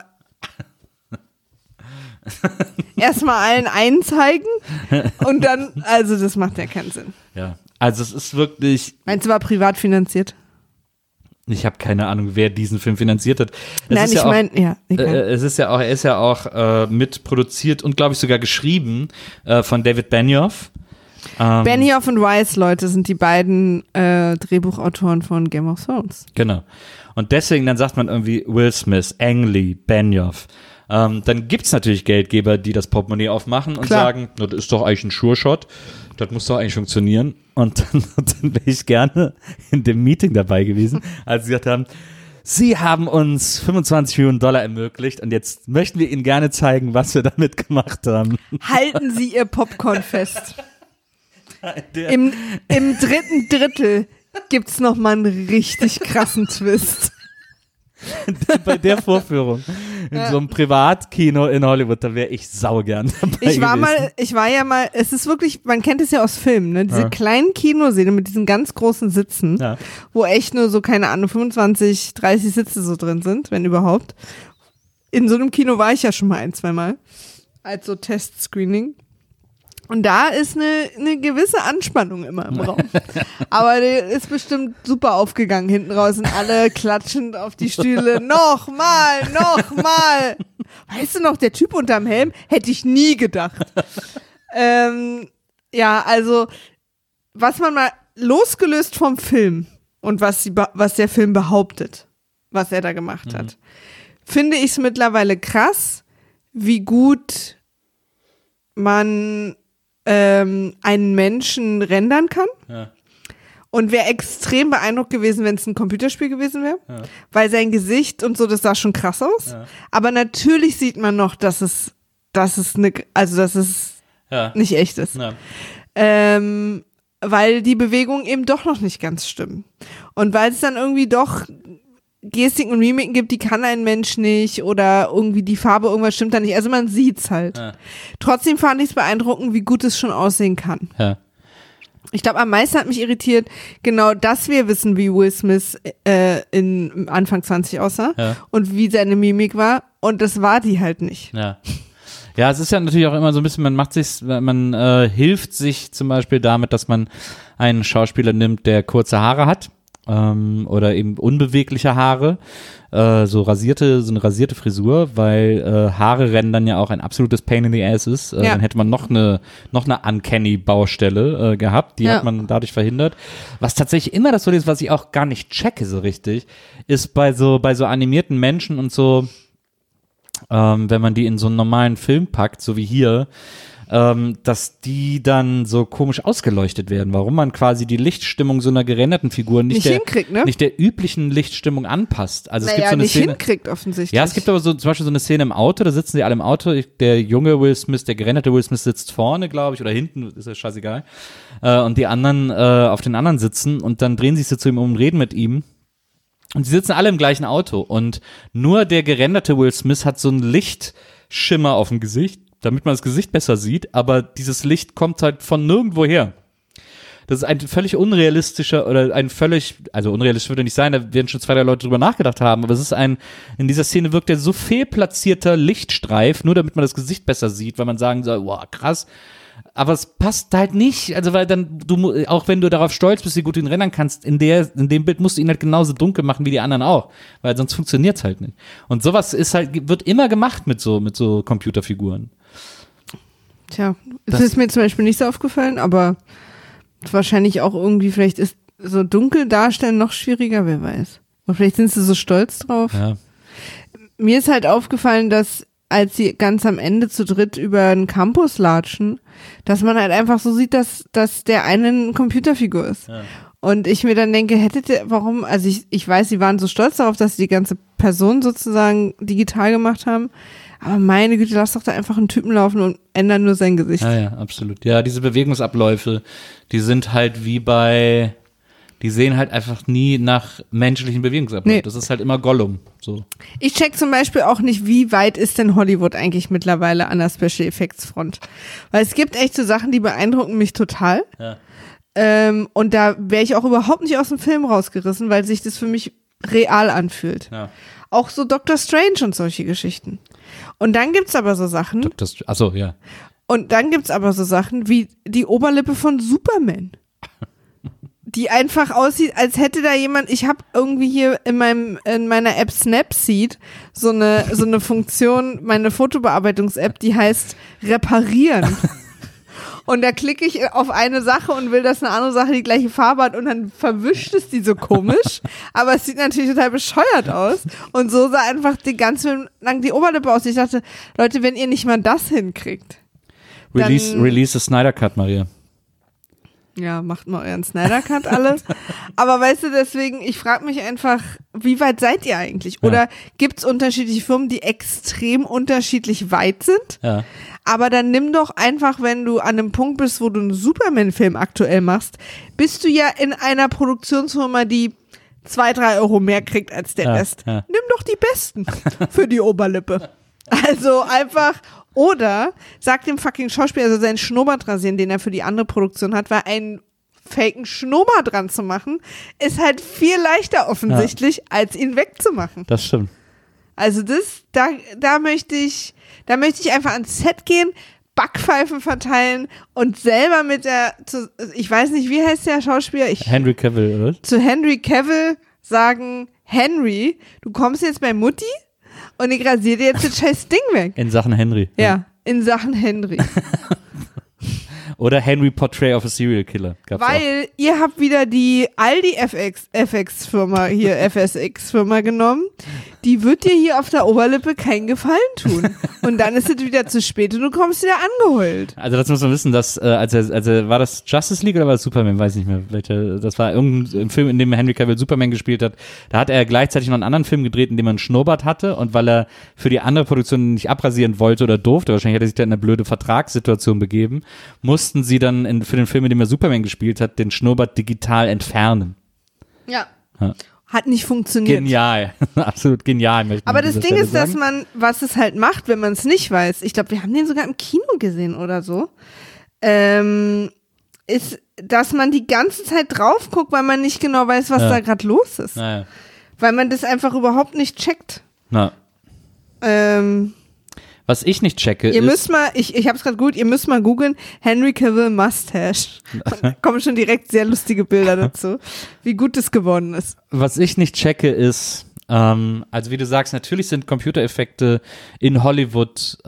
erstmal allen einen zeigen und dann, also das macht ja keinen Sinn. Ja, also es ist wirklich. Meinst du, war privat finanziert? Ich habe keine Ahnung, wer diesen Film finanziert hat. Nein, ich meine, ja. Er ist ja auch mitproduziert und glaube ich sogar geschrieben von David Benioff. Benioff und Weiss, Leute, sind die beiden Drehbuchautoren von Game of Thrones. Genau. Und deswegen, dann sagt man irgendwie Will Smith, Ang Lee, Benioff. Dann gibt's natürlich Geldgeber, die das Portemonnaie aufmachen und sagen, das ist doch eigentlich ein Sure-Shot. Das muss doch eigentlich funktionieren. Und dann wäre ich gerne in dem Meeting dabei gewesen, als sie gesagt haben, Sie haben uns $25 Millionen ermöglicht und jetzt möchten wir Ihnen gerne zeigen, was wir damit gemacht haben. Halten Sie Ihr Popcorn fest. Im dritten Drittel gibt's noch mal einen richtig krassen Twist. Bei der Vorführung in so einem Privatkino in Hollywood, da wäre ich saugern dabei ich war ja mal, es ist wirklich, man kennt es ja aus Filmen, ne? Diese kleinen Kinosäle mit diesen ganz großen Sitzen, wo echt nur so, keine Ahnung, 25, 30 Sitze so drin sind, wenn überhaupt. In so einem Kino war ich ja schon mal 1-2 Mal als so Testscreening. Und da ist eine gewisse Anspannung immer im Raum. Aber der ist bestimmt super aufgegangen hinten raus und alle klatschend auf die Stühle. Nochmal. Weißt du noch, der Typ unterm Helm? Hätte ich nie gedacht. Ja, also, was man mal losgelöst vom Film und was der Film behauptet, was er da gemacht hat, finde ich es mittlerweile krass, wie gut man einen Menschen rendern kann. Ja. Und wäre extrem beeindruckt gewesen, wenn es ein Computerspiel gewesen wäre. Ja. Weil sein Gesicht und so, das sah schon krass aus. Ja. Aber natürlich sieht man noch, dass es nicht echt ist. Ja. Weil die Bewegungen eben doch noch nicht ganz stimmen. Und weil es dann irgendwie doch Gestiken und Mimiken gibt, die kann ein Mensch nicht oder irgendwie die Farbe, irgendwas stimmt da nicht. Also man sieht's halt. Ja. Trotzdem fand ich es beeindruckend, wie gut es schon aussehen kann. Ja. Ich glaube, am meisten hat mich irritiert, genau, dass wir wissen, wie Will Smith in Anfang 20 aussah und wie seine Mimik war und das war die halt nicht. Ja. Ja, es ist ja natürlich auch immer so ein bisschen, man hilft sich zum Beispiel damit, dass man einen Schauspieler nimmt, der kurze Haare hat. Oder eben unbewegliche Haare, so eine rasierte Frisur, weil Haare rendern ja auch ein absolutes Pain in the Ass ist. Dann hätte man noch eine uncanny Baustelle gehabt, die hat man dadurch verhindert. Was tatsächlich immer das so ist, was ich auch gar nicht checke so richtig, ist bei so animierten Menschen und so, wenn man die in so einen normalen Film packt, so wie hier, dass die dann so komisch ausgeleuchtet werden, warum man quasi die Lichtstimmung so einer gerenderten Figur nicht der üblichen Lichtstimmung anpasst. Also es gibt so eine Szene, hinkriegt offensichtlich. Ja, es gibt aber so zum Beispiel so eine Szene im Auto, da sitzen sie alle im Auto, der junge Will Smith, der gerenderte Will Smith sitzt vorne, glaube ich, oder hinten, ist ja scheißegal, und die anderen auf den anderen sitzen und dann drehen sich so zu ihm um und reden mit ihm. Und sie sitzen alle im gleichen Auto und nur der gerenderte Will Smith hat so einen Lichtschimmer auf dem Gesicht, damit man das Gesicht besser sieht, aber dieses Licht kommt halt von nirgendwo her. Das ist ein völlig unrealistischer also unrealistisch würde nicht sein, da werden schon 2, 3 Leute drüber nachgedacht haben, aber es ist in dieser Szene wirkt der so fehlplatzierter Lichtstreif, nur damit man das Gesicht besser sieht, weil man sagen soll, wow, krass. Aber es passt halt nicht, also weil dann, auch wenn du darauf stolz bist, wie gut du ihn rendern kannst, in dem Bild musst du ihn halt genauso dunkel machen wie die anderen auch, weil sonst funktioniert's halt nicht. Und sowas wird immer gemacht mit so Computerfiguren. Tja, es ist mir zum Beispiel nicht so aufgefallen, aber wahrscheinlich auch irgendwie, vielleicht ist so dunkel darstellen noch schwieriger, wer weiß. Oder vielleicht sind sie so stolz drauf. Ja. Mir ist halt aufgefallen, dass als sie ganz am Ende zu dritt über den Campus latschen, dass man halt einfach so sieht, dass der eine eine Computerfigur ist. Ja. Und ich mir dann denke, warum, also ich weiß, sie waren so stolz darauf, dass sie die ganze Person sozusagen digital gemacht haben, Aber meine Güte, lass doch da einfach einen Typen laufen und ändern nur sein Gesicht. Ja, absolut. Ja, diese Bewegungsabläufe, die sind halt die sehen halt einfach nie nach menschlichen Bewegungsabläufen. Nee. Das ist halt immer Gollum. So. Ich check zum Beispiel auch nicht, wie weit ist denn Hollywood eigentlich mittlerweile an der Special Effects Front. Weil es gibt echt so Sachen, die beeindrucken mich total. Ja. Und da wäre ich auch überhaupt nicht aus dem Film rausgerissen, weil sich das für mich real anfühlt. Ja. Auch so Doctor Strange und solche Geschichten. Und dann gibt's aber so Sachen. Achso, ja. Und dann gibt's aber so Sachen wie die Oberlippe von Superman. Die einfach aussieht, als hätte da jemand, ich habe irgendwie hier in meiner App Snapseed so eine Funktion, meine Fotobearbeitungs-App, die heißt Reparieren. Und da klicke ich auf eine Sache und will, dass eine andere Sache die gleiche Farbe hat und dann verwischt es die so komisch. Aber es sieht natürlich total bescheuert aus. Und so sah einfach den ganzen lang die Oberlippe aus. Ich dachte, Leute, wenn ihr nicht mal das hinkriegt. Release the Snyder Cut, Maria. Ja, macht mal euren Snyder Cut alle. Aber weißt du, deswegen, ich frage mich einfach, wie weit seid ihr eigentlich? Oder gibt's unterschiedliche Firmen, die extrem unterschiedlich weit sind? Ja. Aber dann nimm doch einfach, wenn du an einem Punkt bist, wo du einen Superman-Film aktuell machst, bist du ja in einer Produktionsfirma, die 2-3 Euro mehr kriegt als der Rest. Ja. Nimm doch die Besten für die Oberlippe. Also einfach, oder sag dem fucking Schauspieler, also seinen Schnurrbart rasieren, den er für die andere Produktion hat, weil einen faken Schnurrbart dran zu machen, ist halt viel leichter offensichtlich, als ihn wegzumachen. Das stimmt. Also da möchte ich einfach ans Set gehen, Backpfeifen verteilen und selber ich weiß nicht, wie heißt der Schauspieler? Henry Cavill, oder? Zu Henry Cavill sagen, Henry, du kommst jetzt bei Mutti und ich rasiere dir jetzt das scheiß Ding weg. In Sachen Henry. Ja, in Sachen Henry. Oder Henry Portrait of a Serial Killer. Weil ihr habt wieder die Aldi FX-Firma hier, FSX-Firma genommen. Die wird dir hier auf der Oberlippe keinen Gefallen tun. Und dann ist es wieder zu spät und du kommst wieder angeheult. Also das muss man wissen, dass war das Justice League oder war das Superman? Weiß nicht mehr. Das war irgendein Film, in dem Henry Cavill Superman gespielt hat. Da hat er gleichzeitig noch einen anderen Film gedreht, in dem er einen Schnurrbart hatte und weil er für die andere Produktion nicht abrasieren wollte oder durfte, wahrscheinlich hat er sich da in eine blöde Vertragssituation begeben, mussten sie dann für den Film, in dem er Superman gespielt hat, den Schnurrbart digital entfernen. Ja. Hat nicht funktioniert. Genial. Absolut genial. Aber das Ding ist, dass man, was es halt macht, wenn man es nicht weiß, ich glaube, wir haben den sogar im Kino gesehen oder so, ist, dass man die ganze Zeit drauf guckt, weil man nicht genau weiß, was da gerade los ist. Ja. Weil man das einfach überhaupt nicht checkt. Na. Was ich nicht checke, ihr müsst mal, ich hab's gerade gut, ihr müsst mal googeln, Henry Cavill Mustache. Da kommen schon direkt sehr lustige Bilder dazu, wie gut es geworden ist. Was ich nicht checke ist, also wie du sagst, natürlich sind Computereffekte in Hollywood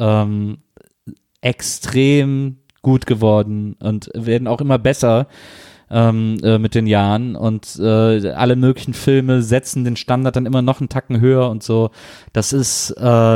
extrem gut geworden und werden auch immer besser mit den Jahren und alle möglichen Filme setzen den Standard dann immer noch einen Tacken höher und so. Das ist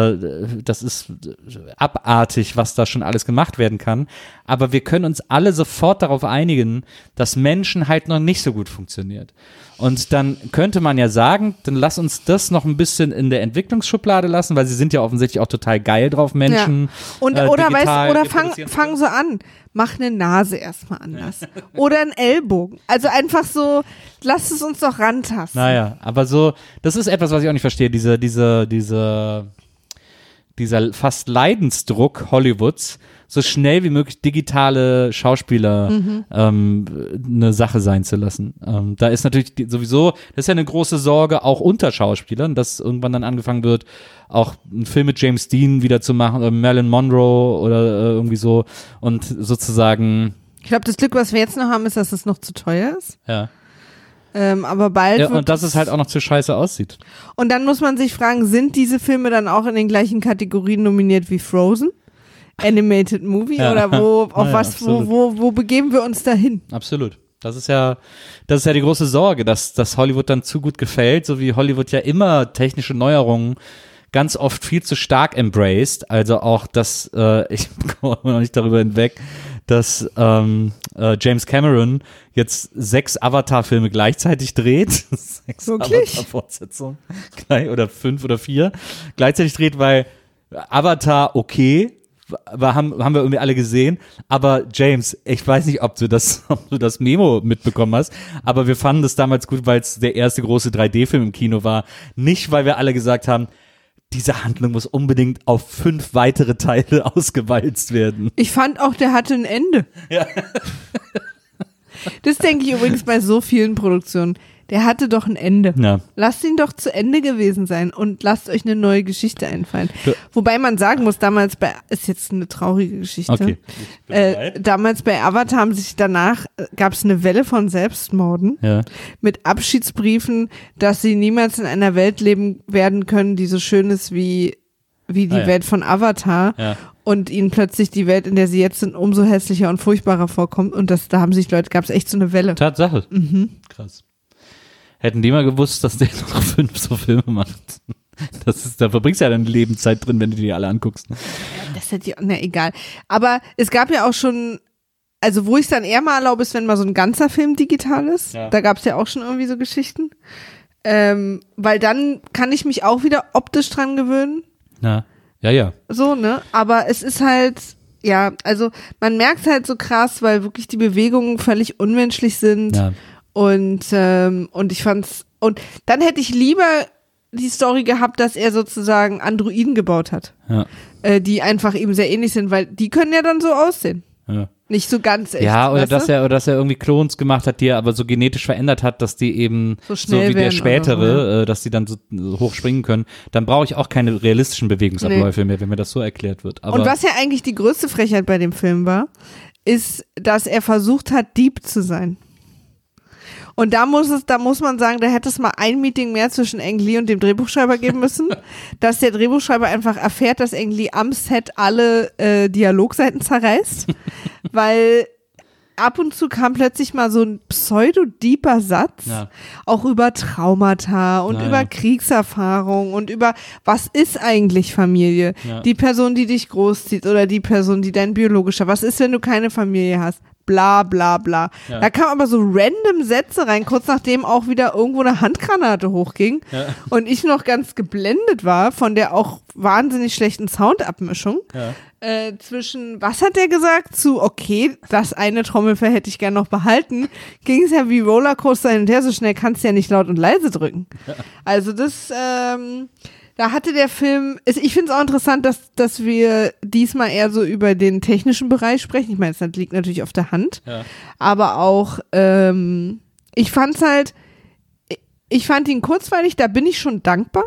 abartig, was da schon alles gemacht werden kann. Aber wir können uns alle sofort darauf einigen, dass Menschen halt noch nicht so gut funktioniert. Und dann könnte man ja sagen, dann lass uns das noch ein bisschen in der Entwicklungsschublade lassen, weil sie sind ja offensichtlich auch total geil drauf, Menschen. Ja. Oder fang so an. Mach eine Nase erstmal anders. Oder einen Ellbogen. Also einfach so, lass es uns doch rantasten. Naja, aber so, das ist etwas, was ich auch nicht verstehe, dieser fast Leidensdruck Hollywoods, so schnell wie möglich digitale Schauspieler eine Sache sein zu lassen. Da ist natürlich sowieso, das ist ja eine große Sorge auch unter Schauspielern, dass irgendwann dann angefangen wird, auch einen Film mit James Dean wieder zu machen oder Marilyn Monroe oder irgendwie so und sozusagen. Ich glaube, das Glück, was wir jetzt noch haben, ist, dass es noch zu teuer ist. Ja. Aber bald ja, und dass es halt auch noch zu scheiße aussieht. Und dann muss man sich fragen, sind diese Filme dann auch in den gleichen Kategorien nominiert wie Frozen? Animated Movie oder wo begeben wir uns dahin? Absolut. Das ist ja die große Sorge, dass Hollywood dann zu gut gefällt, so wie Hollywood ja immer technische Neuerungen ganz oft viel zu stark embraced. Also auch, dass ich komme noch nicht darüber hinweg, dass James Cameron jetzt 6 Avatar-Filme gleichzeitig dreht. 6 Wirklich? Avatar-Fortsetzungen. Oder 5 oder 4 gleichzeitig dreht, weil Avatar, okay, haben wir irgendwie alle gesehen, aber James, ich weiß nicht, ob du das Memo mitbekommen hast, aber wir fanden das damals gut, weil es der erste große 3D-Film im Kino war. Nicht, weil wir alle gesagt haben, diese Handlung muss unbedingt auf 5 weitere Teile ausgewalzt werden. Ich fand auch, der hatte ein Ende. Ja. Das denke ich übrigens bei so vielen Produktionen. Der hatte doch ein Ende. Ja. Lasst ihn doch zu Ende gewesen sein und lasst euch eine neue Geschichte einfallen. Ja. Wobei man sagen muss, damals ist jetzt eine traurige Geschichte. Okay. Damals bei Avatar gab es eine Welle von Selbstmorden mit Abschiedsbriefen, dass sie niemals in einer Welt leben werden können, die so schön ist wie die Welt von Avatar. Ja. Und ihnen plötzlich die Welt, in der sie jetzt sind, umso hässlicher und furchtbarer vorkommt. Und da haben sich Leute, gab es echt so eine Welle. Tatsache. Krass. Hätten die mal gewusst, dass der noch 5 so Filme macht. Da verbringst du ja deine Lebenszeit drin, wenn du die alle anguckst. Das hätte egal. Aber es gab ja auch schon, also wo ich es dann eher mal erlaube, ist, wenn mal so ein ganzer Film digital ist. Ja. Da gab es ja auch schon irgendwie so Geschichten. Weil dann kann ich mich auch wieder optisch dran gewöhnen. Ja. So, ne? Aber es ist halt, ja, also man merkt halt so krass, weil wirklich die Bewegungen völlig unmenschlich sind. Ja. Und ich fand's, und dann hätte ich lieber die Story gehabt, dass er sozusagen Androiden gebaut hat. Ja. Die einfach ihm sehr ähnlich sind, weil die können ja dann so aussehen. Ja. Nicht so ganz echt. Ja, oder dass er irgendwie Klons gemacht hat, die er aber so genetisch verändert hat, dass die eben so wie der spätere, dass die dann so hoch springen können. Dann brauche ich auch keine realistischen Bewegungsabläufe mehr, wenn mir das so erklärt wird. Aber und was ja eigentlich die größte Frechheit bei dem Film war, ist, dass er versucht hat, Dieb zu sein. Und da muss man sagen, da hätte es mal ein Meeting mehr zwischen Ang Lee und dem Drehbuchschreiber geben müssen, dass der Drehbuchschreiber einfach erfährt, dass Ang Lee am Set alle Dialogseiten zerreißt, weil ab und zu kam plötzlich mal so ein pseudo-deeper Satz, auch über Traumata und über Kriegserfahrung und über, was ist eigentlich Familie? Ja. Die Person, die dich großzieht oder die Person, die dein biologischer, was ist, wenn du keine Familie hast? Bla bla bla. Ja. Da kamen aber so random Sätze rein, kurz nachdem auch wieder irgendwo eine Handgranate hochging und ich noch ganz geblendet war von der auch wahnsinnig schlechten Soundabmischung. Zwischen, was hat der gesagt, zu, okay, das eine Trommelfell hätte ich gern noch behalten, ging es ja wie Rollercoaster hin und her, so schnell kannst du ja nicht laut und leise drücken. Also das, da hatte der Film, ich finde es auch interessant, dass wir diesmal eher so über den technischen Bereich sprechen. Ich meine, das liegt natürlich auf der Hand, aber auch, ich fand ihn kurzweilig, da bin ich schon dankbar,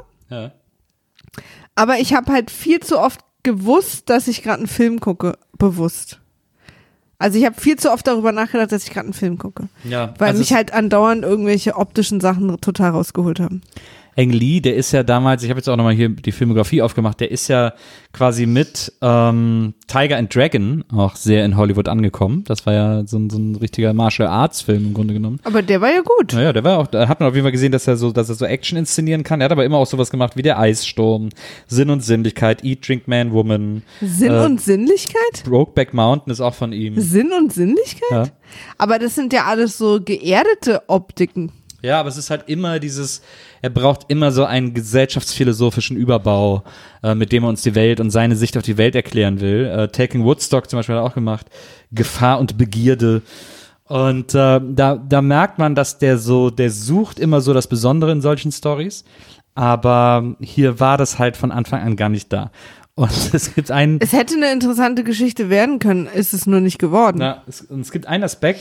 aber ich habe halt viel zu oft gewusst, dass ich gerade einen Film gucke, bewusst. Also ich habe viel zu oft darüber nachgedacht, dass ich gerade einen Film gucke, weil mich halt andauernd irgendwelche optischen Sachen total rausgeholt haben. Ang Lee, der ist ja damals, ich habe jetzt auch nochmal hier die Filmografie aufgemacht, der ist ja quasi mit Tiger and Dragon auch sehr in Hollywood angekommen. Das war ja so ein richtiger Martial Arts Film im Grunde genommen. Aber der war ja gut. Naja, der war auch, da hat man auf jeden Fall gesehen, dass er so Action inszenieren kann. Er hat aber immer auch sowas gemacht wie der Eissturm, Sinn und Sinnlichkeit, Eat, Drink, Man, Woman. Sinn und Sinnlichkeit? Brokeback Mountain ist auch von ihm. Sinn und Sinnlichkeit? Ja. Aber das sind ja alles so geerdete Optiken. Ja, aber es ist halt immer er braucht immer so einen gesellschaftsphilosophischen Überbau, mit dem er uns die Welt und seine Sicht auf die Welt erklären will. Taking Woodstock zum Beispiel hat er auch gemacht. Gefahr und Begierde. Und da merkt man, dass der sucht immer so das Besondere in solchen Storys. Aber hier war das halt von Anfang an gar nicht da. Und es hätte eine interessante Geschichte werden können, ist es nur nicht geworden. Ja, es gibt einen Aspekt,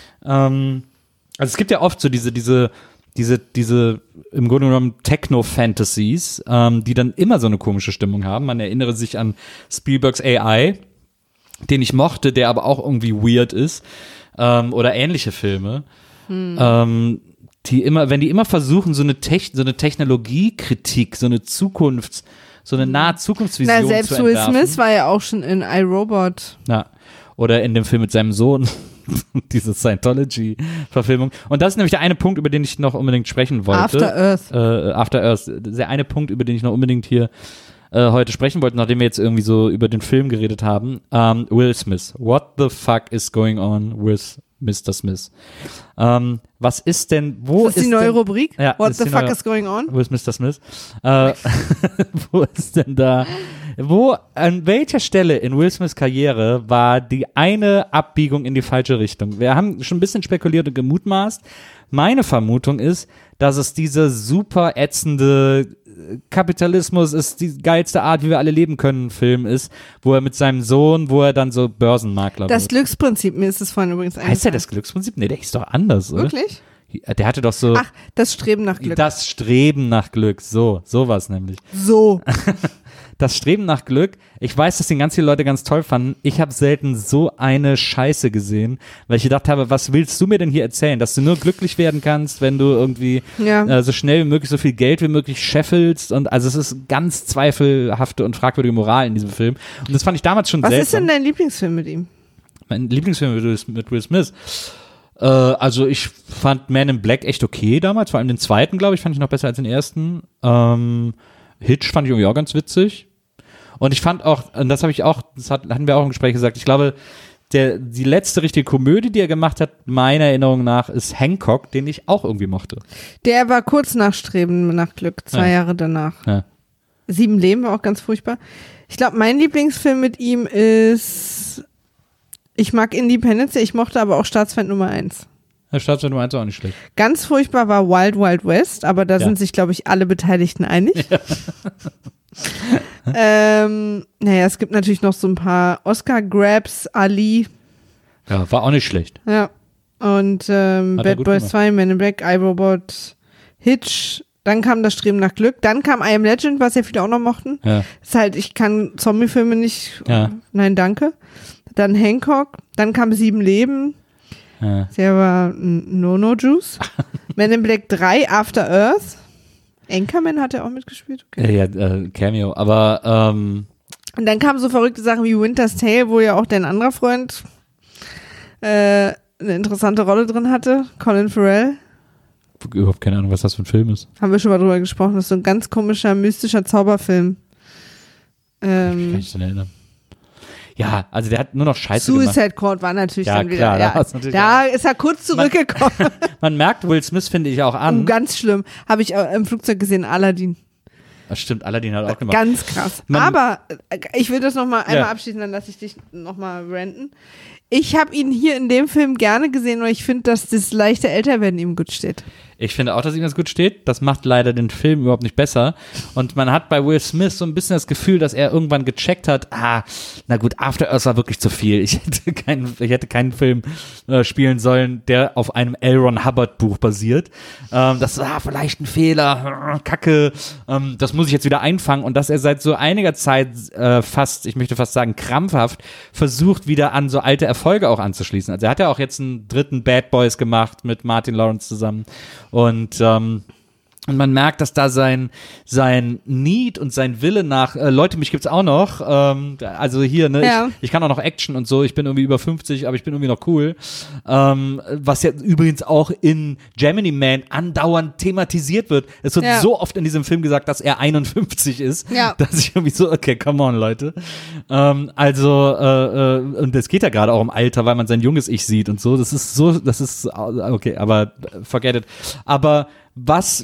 also es gibt ja oft so diese im Grunde genommen Techno-Fantasies, die dann immer so eine komische Stimmung haben. Man erinnere sich an Spielbergs AI, den ich mochte, der aber auch irgendwie weird ist, oder ähnliche Filme, wenn die immer versuchen, so eine Technologiekritik, so eine nahe Zukunftsvision zu entwerfen. Selbst Will Smith war ja auch schon in iRobot. Ja. Oder in dem Film mit seinem Sohn. Diese Scientology-Verfilmung. Und das ist nämlich der eine Punkt, über den ich noch unbedingt sprechen wollte. After Earth. Der eine Punkt, über den ich noch unbedingt hier heute sprechen wollte, nachdem wir jetzt irgendwie so über den Film geredet haben. Will Smith. What the fuck is going on with Mr. Smith? Was ist denn, wo ist die neue Rubrik? Ja, What the fuck is going on? With Mr. Smith. Wo ist denn da An welcher Stelle in Will Smiths Karriere war die eine Abbiegung in die falsche Richtung? Wir haben schon ein bisschen spekuliert und gemutmaßt. Meine Vermutung ist, dass es diese super ätzende Kapitalismus ist die geilste Art, wie wir alle leben können, Film ist, wo er mit seinem Sohn, wo er dann so Börsenmakler Das wird. Glücksprinzip, mir ist es vorhin übrigens Heißt der das Glücksprinzip? Nee, der hieß doch anders, oder? Wirklich? Der hatte doch so Ach, das Streben nach Glück. das Streben nach Glück, so war's nämlich. So. Das Streben nach Glück, ich weiß, dass den ganz viele Leute ganz toll fanden. Ich habe selten so eine Scheiße gesehen, weil ich gedacht habe, was willst du mir denn hier erzählen? Dass du nur glücklich werden kannst, wenn du irgendwie so schnell wie möglich so viel Geld wie möglich scheffelst. Und also es ist ganz zweifelhafte und fragwürdige Moral in diesem Film. Und das fand ich damals schon Was seltsam. ist denn dein Lieblingsfilm mit ihm? Mein Lieblingsfilm mit Will Smith. Also ich fand Man in Black echt okay damals, vor allem den zweiten, glaube ich, fand ich noch besser als den ersten. Hitch fand ich irgendwie auch ganz witzig. Und ich fand auch, und das hatten wir auch im Gespräch gesagt, ich glaube, die letzte richtige Komödie, die er gemacht hat, meiner Erinnerung nach, ist Hancock, den ich auch irgendwie mochte. Der war kurz nach Streben nach Glück, 2 Jahre danach. Ja. 7 Leben war auch ganz furchtbar. Ich glaube, mein Lieblingsfilm mit ihm ist, ich mag Independence Day, ich mochte aber auch Staatsfeind Nummer 1. Der Staatsfeind Nummer 1 auch nicht schlecht. Ganz furchtbar war Wild Wild West, aber da sind sich, glaube ich, alle Beteiligten einig. Ja. Naja, es gibt natürlich noch so ein paar Oscar-Grabs, Ali. Ja, war auch nicht schlecht. Ja. Und Bad Boys 2, Man in Black, iRobot, Hitch. Dann kam das Streben nach Glück. Dann kam I Am Legend, was ja viele auch noch mochten. Ja. Ist halt, ich kann Zombie-Filme nicht. Ja. Nein, danke. Dann Hancock. Dann kam 7 Leben. Ja. Der war No-No-Juice. Man in Black 3, After Earth. Anchorman hat er auch mitgespielt. Okay. Ja, Cameo, aber und dann kamen so verrückte Sachen wie Winter's Tale, wo ja auch dein anderer Freund eine interessante Rolle drin hatte, Colin Farrell. Überhaupt keine Ahnung, was das für ein Film ist. Haben wir schon mal drüber gesprochen, das ist so ein ganz komischer, mystischer Zauberfilm. Kann ich denn erinnern? Ja, also der hat nur noch Scheiße gemacht. Suicide Squad war natürlich dann wieder. Klar, da ist er kurz zurückgekommen. Man merkt Will Smith, finde ich, auch an. Ganz schlimm. Habe ich im Flugzeug gesehen, Aladdin. Das stimmt, Aladdin hat auch gemacht. Ganz krass. Aber ich will das nochmal einmal abschließen, dann lasse ich dich nochmal ranten. Ich habe ihn hier in dem Film gerne gesehen, weil ich finde, dass das leichte Älterwerden ihm gut steht. Ich finde auch, dass ihm das gut steht. Das macht leider den Film überhaupt nicht besser. Und man hat bei Will Smith so ein bisschen das Gefühl, dass er irgendwann gecheckt hat, na gut, After Earth war wirklich zu viel. Ich hätte keinen Film spielen sollen, der auf einem L. Ron Hubbard Buch basiert. Das ist vielleicht ein Fehler, Kacke. Das muss ich jetzt wieder einfangen. Und dass er seit so einiger Zeit ich möchte fast sagen, krampfhaft versucht, wieder an so alte Erfolge auch anzuschließen. Also er hat ja auch jetzt einen 3. Bad Boys gemacht mit Martin Lawrence zusammen. Und man merkt, dass da sein Need und sein Wille nach, Leute, mich gibt's auch noch, also hier, ne, ja. Ich kann auch noch Action und so, ich bin irgendwie über 50, aber ich bin irgendwie noch cool, was ja übrigens auch in Gemini Man andauernd thematisiert wird. Es wird so oft in diesem Film gesagt, dass er 51 ist, dass ich irgendwie so, okay, come on, Leute. Und es geht ja gerade auch um Alter, weil man sein junges Ich sieht und so, das ist okay, aber forget it. Aber was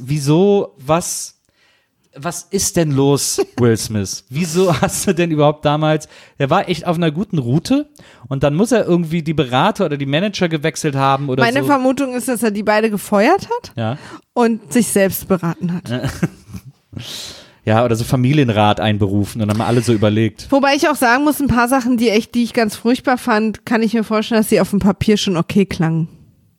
ist denn los, Will Smith? Wieso hast du denn überhaupt damals, der war echt auf einer guten Route und dann muss er irgendwie die Berater oder die Manager gewechselt haben oder Meine Vermutung ist, dass er die beide gefeuert hat und sich selbst beraten hat. Ja, oder so Familienrat einberufen und dann mal alle so überlegt. Wobei ich auch sagen muss, ein paar Sachen, die ich ganz furchtbar fand, kann ich mir vorstellen, dass sie auf dem Papier schon okay klangen.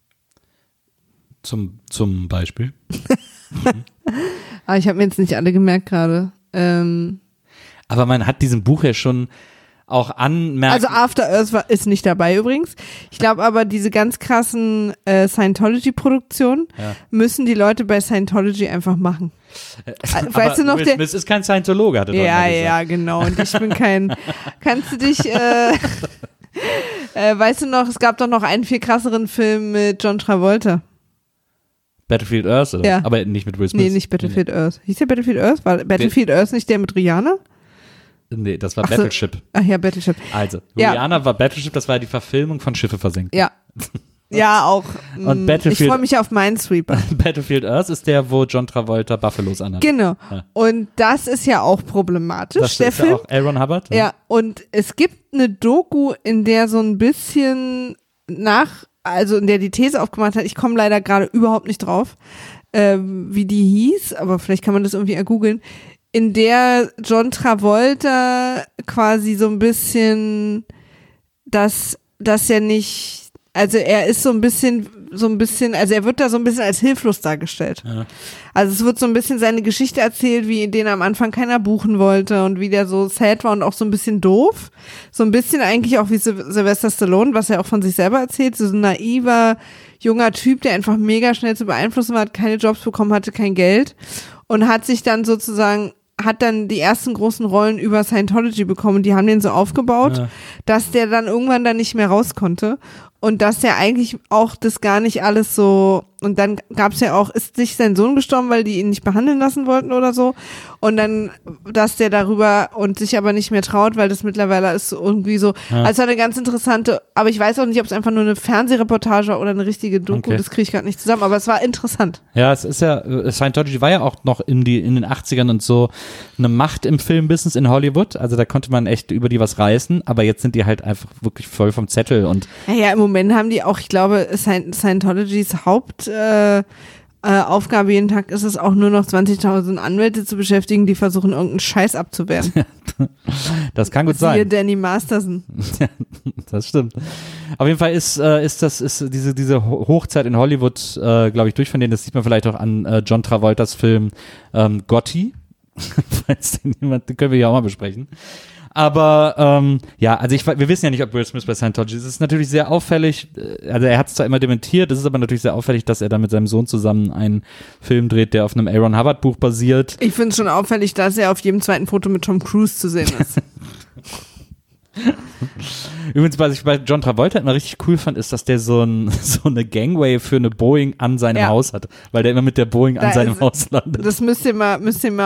Zum Beispiel? Aber ich habe mir jetzt nicht alle gemerkt gerade. Aber man hat diesem Buch ja schon auch anmerken. Also After Earth ist nicht dabei übrigens. Ich glaube aber, diese ganz krassen Scientology-Produktionen müssen die Leute bei Scientology einfach machen. Weißt du noch, Will Smith ist kein Scientologe, hat er doch mal gesagt. Ja, genau. Und ich bin kein. Kannst du dich weißt du noch, es gab doch noch einen viel krasseren Film mit John Travolta. Battlefield Earth, oder? Ja. Aber nicht mit Will Smith. Nee, nicht Battlefield Earth. Hieß der Battlefield Earth? War Battlefield Earth nicht der mit Rihanna? Nee, das war Battleship. Ach ja, Battleship. Also, Rihanna war Battleship, das war die Verfilmung von Schiffe versenken. Ja. Ja, auch. Und Ich Battlefield- freue mich auf Minesweeper. Battlefield Earth ist der, wo John Travolta Buffalos anhat. Genau. Ja. Und das ist ja auch problematisch, Das der ist Film. ja auch Aaron Hubbard. Ja, und es gibt eine Doku, in der so ein bisschen also in der die These aufgemacht hat, ich komme leider gerade überhaupt nicht drauf, wie die hieß, aber vielleicht kann man das irgendwie ergoogeln, in der John Travolta quasi so ein bisschen, dass er nicht, also er ist so ein bisschen, also er wird da so ein bisschen als hilflos dargestellt. Ja. Also es wird so ein bisschen seine Geschichte erzählt, wie den am Anfang keiner buchen wollte und wie der so sad war und auch so ein bisschen doof. So ein bisschen eigentlich auch wie Sylvester Stallone, was er auch von sich selber erzählt. So ein naiver, junger Typ, der einfach mega schnell zu beeinflussen war, hat keine Jobs bekommen, hatte kein Geld und hat sich dann sozusagen hat dann die ersten großen Rollen über Scientology bekommen. Die haben den so aufgebaut, dass der dann irgendwann da nicht mehr raus konnte. Und dass der eigentlich auch das gar nicht alles so, und dann gab's ja auch, ist nicht sein Sohn gestorben, weil die ihn nicht behandeln lassen wollten oder so. Und dann, dass der darüber und sich aber nicht mehr traut, weil das mittlerweile ist irgendwie so, also eine ganz interessante, aber ich weiß auch nicht, ob es einfach nur eine Fernsehreportage oder eine richtige Doku, das kriege ich gerade nicht zusammen, aber es war interessant. Ja, es ist ja, Scientology war ja auch noch in den 80ern und so eine Macht im Filmbusiness in Hollywood, also da konnte man echt über die was reißen, aber jetzt sind die halt einfach wirklich voll vom Zettel und ja, im Moment haben die auch, ich glaube, Scientologys Aufgabe jeden Tag ist es auch nur noch 20.000 Anwälte zu beschäftigen, die versuchen, irgendeinen Scheiß abzuwehren. Das kann gut Siehe sein. Danny Masterson. Das stimmt. Auf jeden Fall ist diese Hochzeit in Hollywood, glaube ich, durch von denen. Das sieht man vielleicht auch an John Travoltas Film Gotti. Falls den können wir ja auch mal besprechen. Aber also wir wissen ja nicht, ob Will Smith bei Scientology ist. Es ist natürlich sehr auffällig, also er hat es zwar immer dementiert, es ist aber natürlich sehr auffällig, dass er da mit seinem Sohn zusammen einen Film dreht, der auf einem Aaron Hubbard Buch basiert. Ich finde es schon auffällig, dass er auf jedem zweiten Foto mit Tom Cruise zu sehen ist. Übrigens, was ich bei John Travolta immer richtig cool fand, ist, dass der so eine Gangway für eine Boeing an seinem Haus hat, weil der immer mit der Boeing an seinem Haus landet. Das müsst ihr mal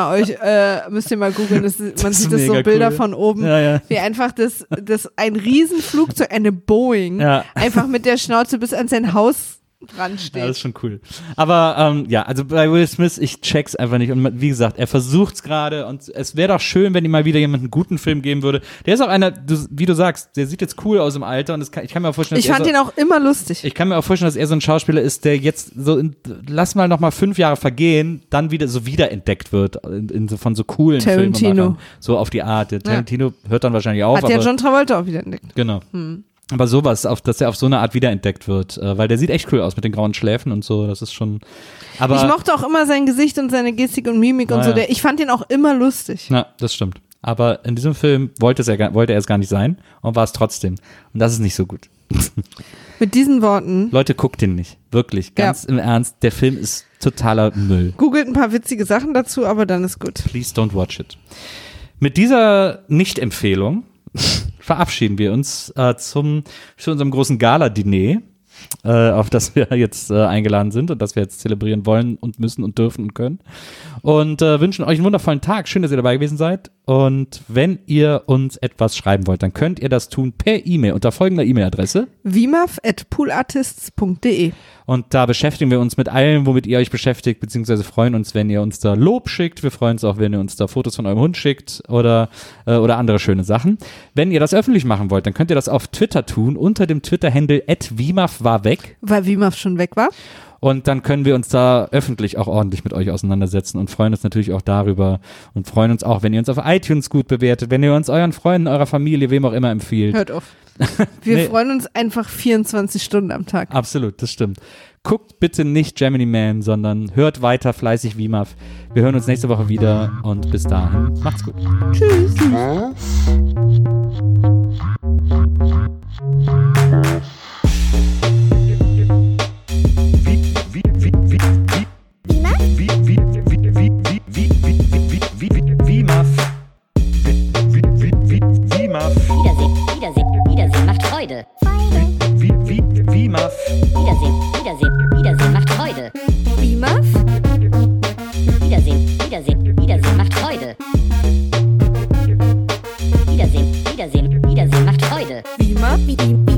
googeln. Man sieht das so mega Bilder cool. von oben, Ja. wie einfach das ein Riesenflugzeug, eine Boeing, einfach mit der Schnauze bis an sein Haus dran steht. Ja, das ist schon cool. Aber also bei Will Smith, ich check's einfach nicht. Und wie gesagt, er versucht's gerade und es wäre doch schön, wenn ihm mal wieder jemand einen guten Film geben würde. Der ist auch einer, wie du sagst, der sieht jetzt cool aus im Alter und ich kann mir auch vorstellen, ich fand ihn auch immer lustig. Ich kann mir auch vorstellen, dass er so ein Schauspieler ist, der jetzt so, lass mal noch mal 5 Jahre vergehen, dann wieder so wiederentdeckt wird von so coolen Filmemachern. So auf die Art. Der Tarantino hört dann wahrscheinlich auf. Hat ja John Travolta auch wiederentdeckt. Genau. Aber sowas, dass er auf so eine Art wiederentdeckt wird, weil der sieht echt cool aus mit den grauen Schläfen und so, das ist schon, aber. Ich mochte auch immer sein Gesicht und seine Gestik und Mimik und so, ich fand ihn auch immer lustig. Ja, das stimmt. Aber in diesem Film wollte er es gar nicht sein und war es trotzdem. Und das ist nicht so gut. Mit diesen Worten. Leute, guckt ihn nicht. Wirklich, ganz im Ernst, der Film ist totaler Müll. Googelt ein paar witzige Sachen dazu, aber dann ist gut. Please don't watch it. Mit dieser Nicht-Empfehlung verabschieden wir uns zu unserem großen Gala-Diner, auf das wir jetzt eingeladen sind und das wir jetzt zelebrieren wollen und müssen und dürfen und können. Und wünschen euch einen wundervollen Tag. Schön, dass ihr dabei gewesen seid. Und wenn ihr uns etwas schreiben wollt, dann könnt ihr das tun per E-Mail unter folgender E-Mail-Adresse: wimaf@poolartists.de. Und da beschäftigen wir uns mit allem, womit ihr euch beschäftigt, beziehungsweise freuen uns, wenn ihr uns da Lob schickt. Wir freuen uns auch, wenn ihr uns da Fotos von eurem Hund schickt oder andere schöne Sachen. Wenn ihr das öffentlich machen wollt, dann könnt ihr das auf Twitter tun, unter dem Twitter-Handle @wimaf-war-weg. Weil Wimaf schon weg war. Und dann können wir uns da öffentlich auch ordentlich mit euch auseinandersetzen und freuen uns natürlich auch darüber und freuen uns auch, wenn ihr uns auf iTunes gut bewertet, wenn ihr uns euren Freunden, eurer Familie, wem auch immer empfiehlt. Hört auf. Wir freuen uns einfach 24 Stunden am Tag. Absolut, das stimmt. Guckt bitte nicht Gemini Man, sondern hört weiter fleißig Wimaf. Wir hören uns nächste Woche wieder und bis dahin, macht's gut. Tschüss. Wiedersehen macht Freude. Wimaf. Wiedersehen macht Freude. Wimaf? Wiedersehen macht Freude. Wiedersehen macht Freude. Wimaf?